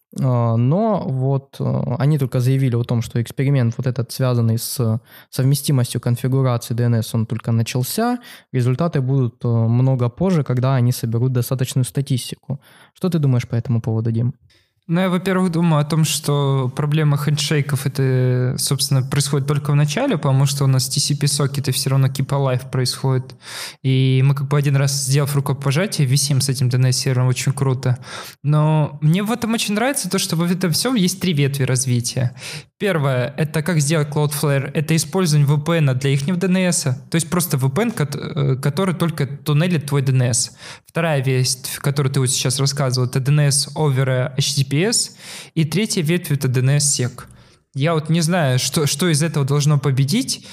Но вот они только заявили о том, что эксперимент вот этот, связанный с совместимостью конфигурации ди эн эс, он только начался. Результаты будут много позже, когда они соберут достаточную статистику. Что ты думаешь по этому поводу, Дим? Ну, я, во-первых, думаю о том, что проблема хендшейков, это, собственно, происходит только в начале, потому что у нас ти си пи-сокеты все равно keep alive происходит. И мы как бы один раз, сделав рукопожатие, висим с этим ди эн эс-сервером, очень круто. Но мне в этом очень нравится то, что в этом всем есть три ветви развития. Первое, это как сделать Cloudflare, это использование ви пи эн для их ди эн эс, то есть просто ви пи эн, который только туннелит твой ди эн эс. Вторая ветвь, которую ты вот сейчас рассказывал, это ди эн эс over эйч ти ти пи эс. И третья ветвь — это ди эн эс-сек. Я вот не знаю, что, что из этого должно победить,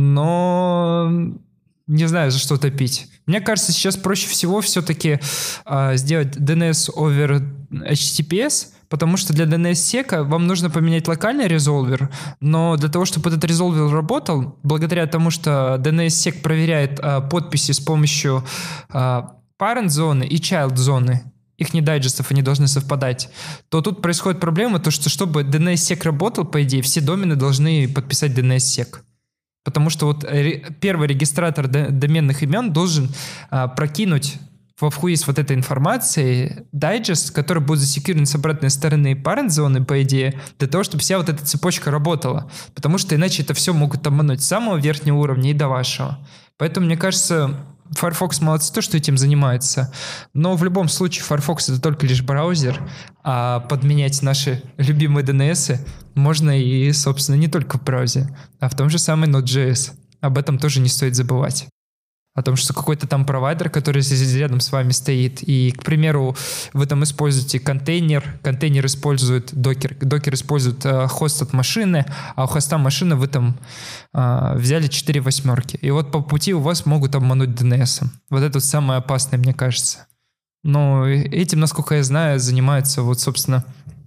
но не знаю, за что топить. Мне кажется, сейчас проще всего все-таки э, сделать ди эн эс over эйч ти ти пи эс, потому что для ди эн эс-сека вам нужно поменять локальный резолвер, но для того, чтобы этот резолвер работал, благодаря тому, что ди эн эс-сек проверяет э, подписи с помощью э, parent-зоны и child-зоны, их не дайджестов, они должны совпадать, то тут происходит проблема, то что чтобы ди эн эс-сек работал, по идее, все домены должны подписать ди эн эс-сек. Потому что вот ре- первый регистратор д- доменных имен должен а, прокинуть во вхуиз вот этой информации дайджест, который будет засекьюрен с обратной стороны парент-зоны, по идее, для того, чтобы вся вот эта цепочка работала. Потому что иначе это все могут обмануть с самого верхнего уровня и до вашего. Поэтому, мне кажется, Firefox молодцы то, что этим занимается. Но в любом случае Firefox это только лишь браузер, а подменять наши любимые ди эн эс можно и, собственно, не только в браузере, а в том же самом Node.js. Об этом тоже не стоит забывать. О том, что какой-то там провайдер, который здесь рядом с вами стоит, и, к примеру, вы там используете контейнер, контейнер использует докер, докер использует э, хост от машины, а у хоста машины вы там э, взяли четыре восьмерки. И вот по пути у вас могут обмануть ди эн эс. Вот это вот самое опасное, мне кажется. Но этим, насколько я знаю, занимаются вот, собственно,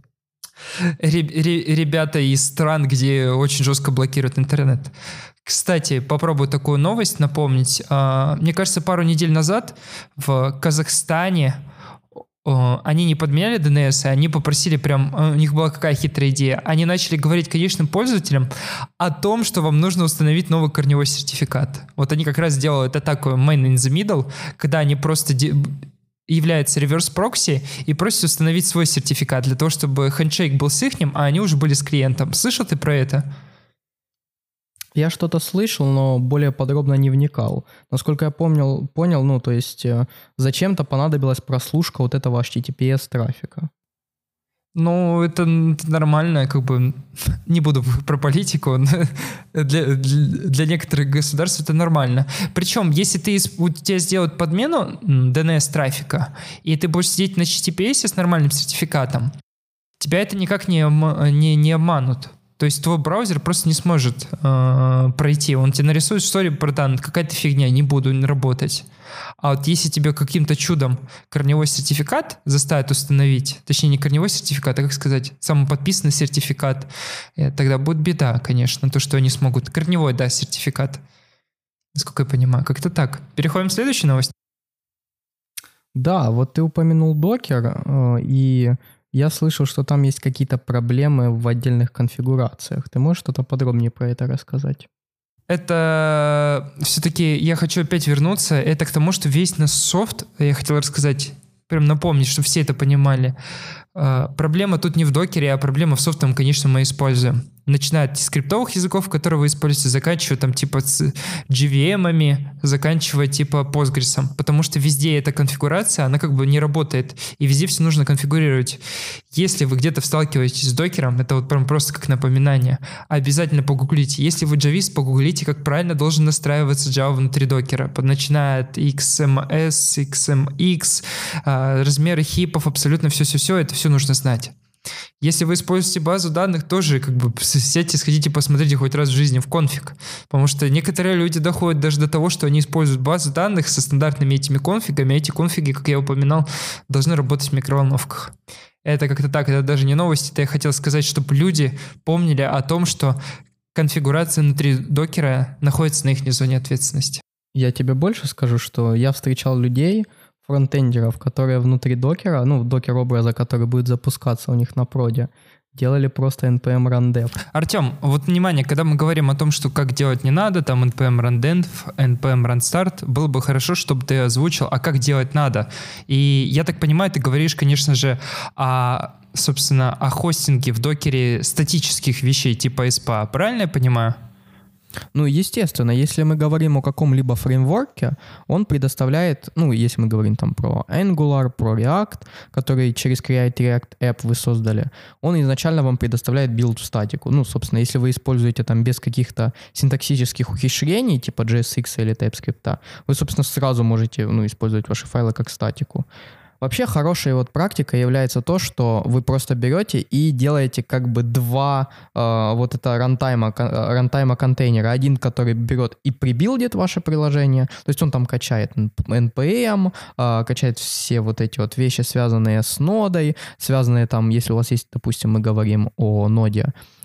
ребята из стран, где очень жестко блокируют интернет. Кстати, попробую такую новость напомнить. Мне кажется, пару недель назад в Казахстане они не подменяли ди эн эс, они попросили прям, у них была какая хитрая идея, они начали говорить конечным пользователям о том, что вам нужно установить новый корневой сертификат. Вот они как раз делают атаку main in the middle, когда они просто де- являются реверс-прокси и просят установить свой сертификат для того, чтобы хендшейк был с ихним, а они уже были с клиентом. Слышал ты про это? Я что-то слышал, но более подробно не вникал. Насколько я помнил, понял, ну, то есть э, зачем-то понадобилась прослушка вот этого эйч ти ти пи эс трафика. Ну, это, это нормально, как бы, не буду про политику, но для, для, для некоторых государств это нормально. Причем, если ты, у тебя сделают подмену ди эн эс трафика, и ты будешь сидеть на эйч ти ти пи эс с нормальным сертификатом, тебя это никак не, не, не обманут. То есть твой браузер просто не сможет э, пройти. Он тебе нарисует story, братан, какая-то фигня, не буду работать. А вот если тебе каким-то чудом корневой сертификат заставят установить, точнее не корневой сертификат, а как сказать, самоподписанный сертификат, э, тогда будет беда, конечно, то, что они смогут. Корневой, да, сертификат. Насколько я понимаю. Как-то так. Переходим к следующей новости. Да, вот ты упомянул докер, э, и... Я слышал, что там есть какие-то проблемы в отдельных конфигурациях. Ты можешь что-то подробнее про это рассказать? Это все-таки, я хочу опять вернуться, это к тому, что весь наш софт, я хотел рассказать, прям напомнить, чтобы все это понимали. Проблема тут не в докере, а проблема в софтовом, конечно, мы используем. Начиная от скриптовых языков, которые вы используете, заканчивая там типа с джи ви эм-ами, заканчивая типа Postgres. Потому что везде эта конфигурация, она как бы не работает. И везде все нужно конфигурировать. Если вы где-то сталкиваетесь с докером, это вот прям просто как напоминание, обязательно погуглите. Если вы джавист, погуглите, как правильно должен настраиваться Java внутри докера. Начиная от икс эм эс, икс эм икс, размеры хипов, абсолютно все-все-все, это все нужно знать. Если вы используете базу данных, тоже как бы сядьте, сходите, посмотрите хоть раз в жизни в конфиг. Потому что некоторые люди доходят даже до того, что они используют базу данных со стандартными этими конфигами, а эти конфиги, как я упоминал, должны работать в микроволновках. Это как-то так, это даже не новость, это я хотел сказать, чтобы люди помнили о том, что конфигурация внутри докера находится на их зоне ответственности. Я тебе больше скажу, что я встречал людей, фронтендеров, которые внутри докера, ну, докер-образа, который будет запускаться у них на проде, делали просто эн пи эм rundev. Артем, вот внимание, когда мы говорим о том, что как делать не надо, там эн пи эм rundev, эн пи эм runstart, было бы хорошо, чтобы ты озвучил, а как делать надо. И я так понимаю, ты говоришь, конечно же, о, собственно, о хостинге в докере статических вещей типа эс пи эй, правильно я понимаю? Ну, естественно, если мы говорим о каком-либо фреймворке, он предоставляет, ну, если мы говорим там про Angular, про React, который через Create React App вы создали, он изначально вам предоставляет билд-статику. Ну, собственно, если вы используете там без каких-то синтаксических ухищрений, типа джей эс икс или TypeScript, вы, собственно, сразу можете, ну, использовать ваши файлы как статику. Вообще хорошей вот практикой является то, что вы просто берете и делаете как бы два э, вот это рантайма, рантайма контейнера. Один, который берет и прибилдит ваше приложение, то есть он там качает эн пи эм, э, качает все вот эти вот вещи, связанные с нодой, связанные там, если у вас есть, допустим, мы говорим о ноде,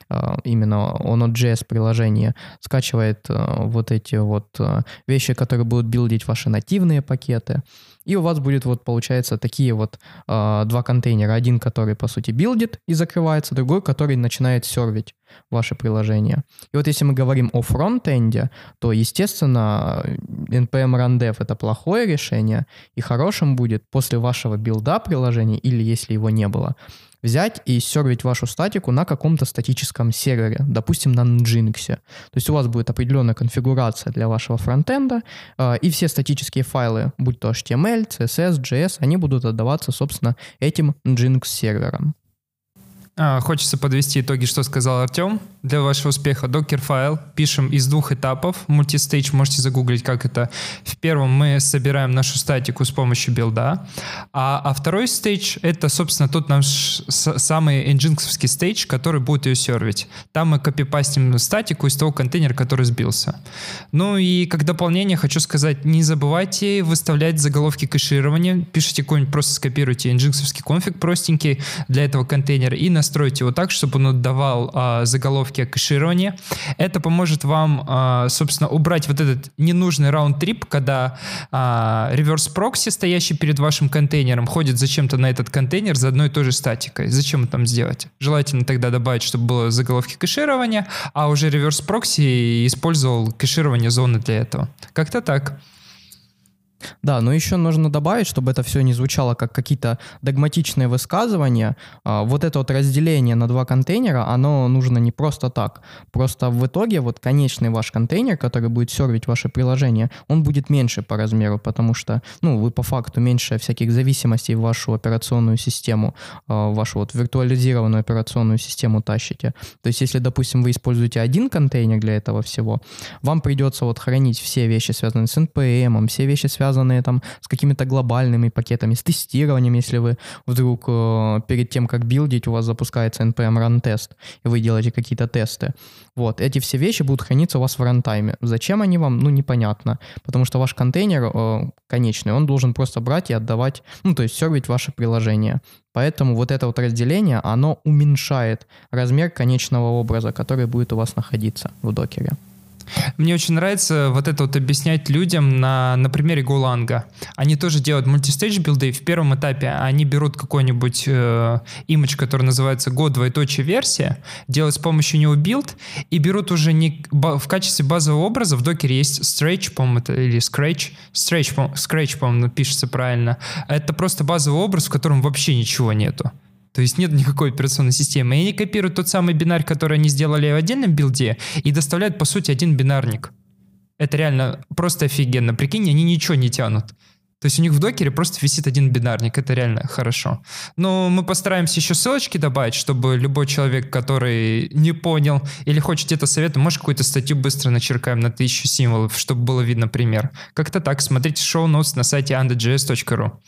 именно Node.js приложение, скачивает вот эти вот вещи, которые будут билдить ваши нативные пакеты. И у вас будет вот, получается, такие вот э, два контейнера. Один, который, по сути, билдит и закрывается, другой, который начинает сервить ваше приложение. И вот если мы говорим о фронтенде, то, естественно, эн пи эм Rundev — это плохое решение, и хорошим будет после вашего билда приложения, или если его не было, взять и сервить вашу статику на каком-то статическом сервере, допустим, на Nginx. То есть у вас будет определенная конфигурация для вашего фронтенда, э, и все статические файлы, будь то эйч ти эм эль, си эс эс, джей эс, они будут отдаваться, собственно, этим Nginx-серверам. А, хочется подвести итоги, что сказал Артем. Для вашего успеха докер-файл пишем из двух этапов. Мультистейдж, можете загуглить, как это. В первом мы собираем нашу статику с помощью билда, а, а второй стейдж — это, собственно, тот наш самый nginx-овский стейдж, который будет ее сервить. Там мы копипастим статику из того контейнера, который сбился. Ну и как дополнение хочу сказать, не забывайте выставлять заголовки кэширования. Пишите какой-нибудь, просто скопируйте nginx-овский конфиг простенький для этого контейнера и на настроить его так, чтобы он отдавал а, заголовки о кэшировании. Это поможет вам, а, собственно, убрать вот этот ненужный раунд-трип, когда а, реверс-прокси, стоящий перед вашим контейнером, ходит зачем-то на этот контейнер за одной и той же статикой. Зачем это там сделать? Желательно тогда добавить, чтобы было заголовки кэширования, а уже реверс-прокси использовал кэширование зоны для этого. Как-то так. Да, но еще нужно добавить, чтобы это все не звучало как какие-то догматичные высказывания. Вот это вот разделение на два контейнера, оно нужно не просто так. Просто в итоге вот конечный ваш контейнер, который будет сервить ваше приложение, он будет меньше по размеру, потому что, ну, вы по факту меньше всяких зависимостей в вашу операционную систему, в вашу вот виртуализированную операционную систему тащите. То есть если, допустим, вы используете один контейнер для этого всего, вам придется вот хранить все вещи, связанные с эн пи эм, все вещи, связанные связанные там с какими-то глобальными пакетами, с тестированием, если вы вдруг э, перед тем, как билдить, у вас запускается эн пи эм Run Test, и вы делаете какие-то тесты. Вот, эти все вещи будут храниться у вас в рантайме. Зачем они вам? Ну, непонятно. Потому что ваш контейнер э, конечный, он должен просто брать и отдавать, ну, то есть сервить ваше приложение. Поэтому вот это вот разделение, оно уменьшает размер конечного образа, который будет у вас находиться в докере. Мне очень нравится вот это вот объяснять людям на, на примере Golang. Они тоже делают мультистейдж билды. В первом этапе они берут какой-нибудь э, имидж, который называется Go двоеточие версия, делают с помощью него билд и берут уже не в качестве базового образа. В докере есть Stretch, по-моему, это, или Scratch. Stretch, по-моему, Scratch, по-моему, пишется правильно. Это просто базовый образ, в котором вообще ничего нету. То есть нет никакой операционной системы. И они копируют тот самый бинар, который они сделали в отдельном билде, и доставляют, по сути, один бинарник. Это реально просто офигенно. Прикинь, они ничего не тянут. То есть у них в докере просто висит один бинарник. Это реально хорошо. Но мы постараемся еще ссылочки добавить, чтобы любой человек, который не понял или хочет где-то совета, может, какую-то статью быстро начеркаем на тысячу символов, чтобы было видно пример. Как-то так. Смотрите шоу-ноутс на сайте анда джей эс точка ру.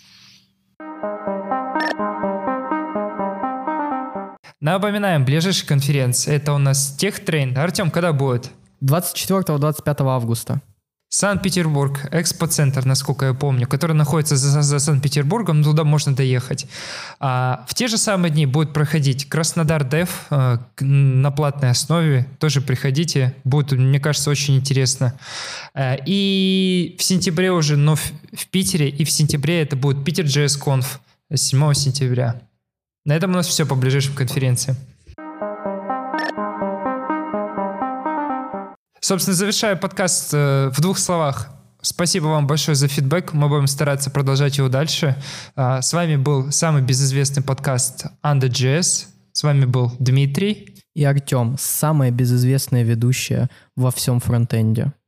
Напоминаем, ближайшая конференция — это у нас TechTrain. Артем, когда будет? двадцать четвёртого — двадцать пятого августа. Санкт-Петербург, экспоцентр, насколько я помню, который находится за, за Санкт-Петербургом, туда можно доехать. А в те же самые дни будет проходить Краснодар Дев э, на платной основе. Тоже приходите, будет, мне кажется, очень интересно. Э, и в сентябре уже, но в, в Питере, и в сентябре это будет Питер джей эс конф седьмого сентября. На этом у нас все по ближайшим конференциям. Собственно, завершаю подкаст э, в двух словах. Спасибо вам большое за фидбэк. Мы будем стараться продолжать его дальше. А, с вами был самый безызвестный подкаст анда джей эс. С вами был Дмитрий. И Артем, самая безызвестная ведущая во всем фронтенде.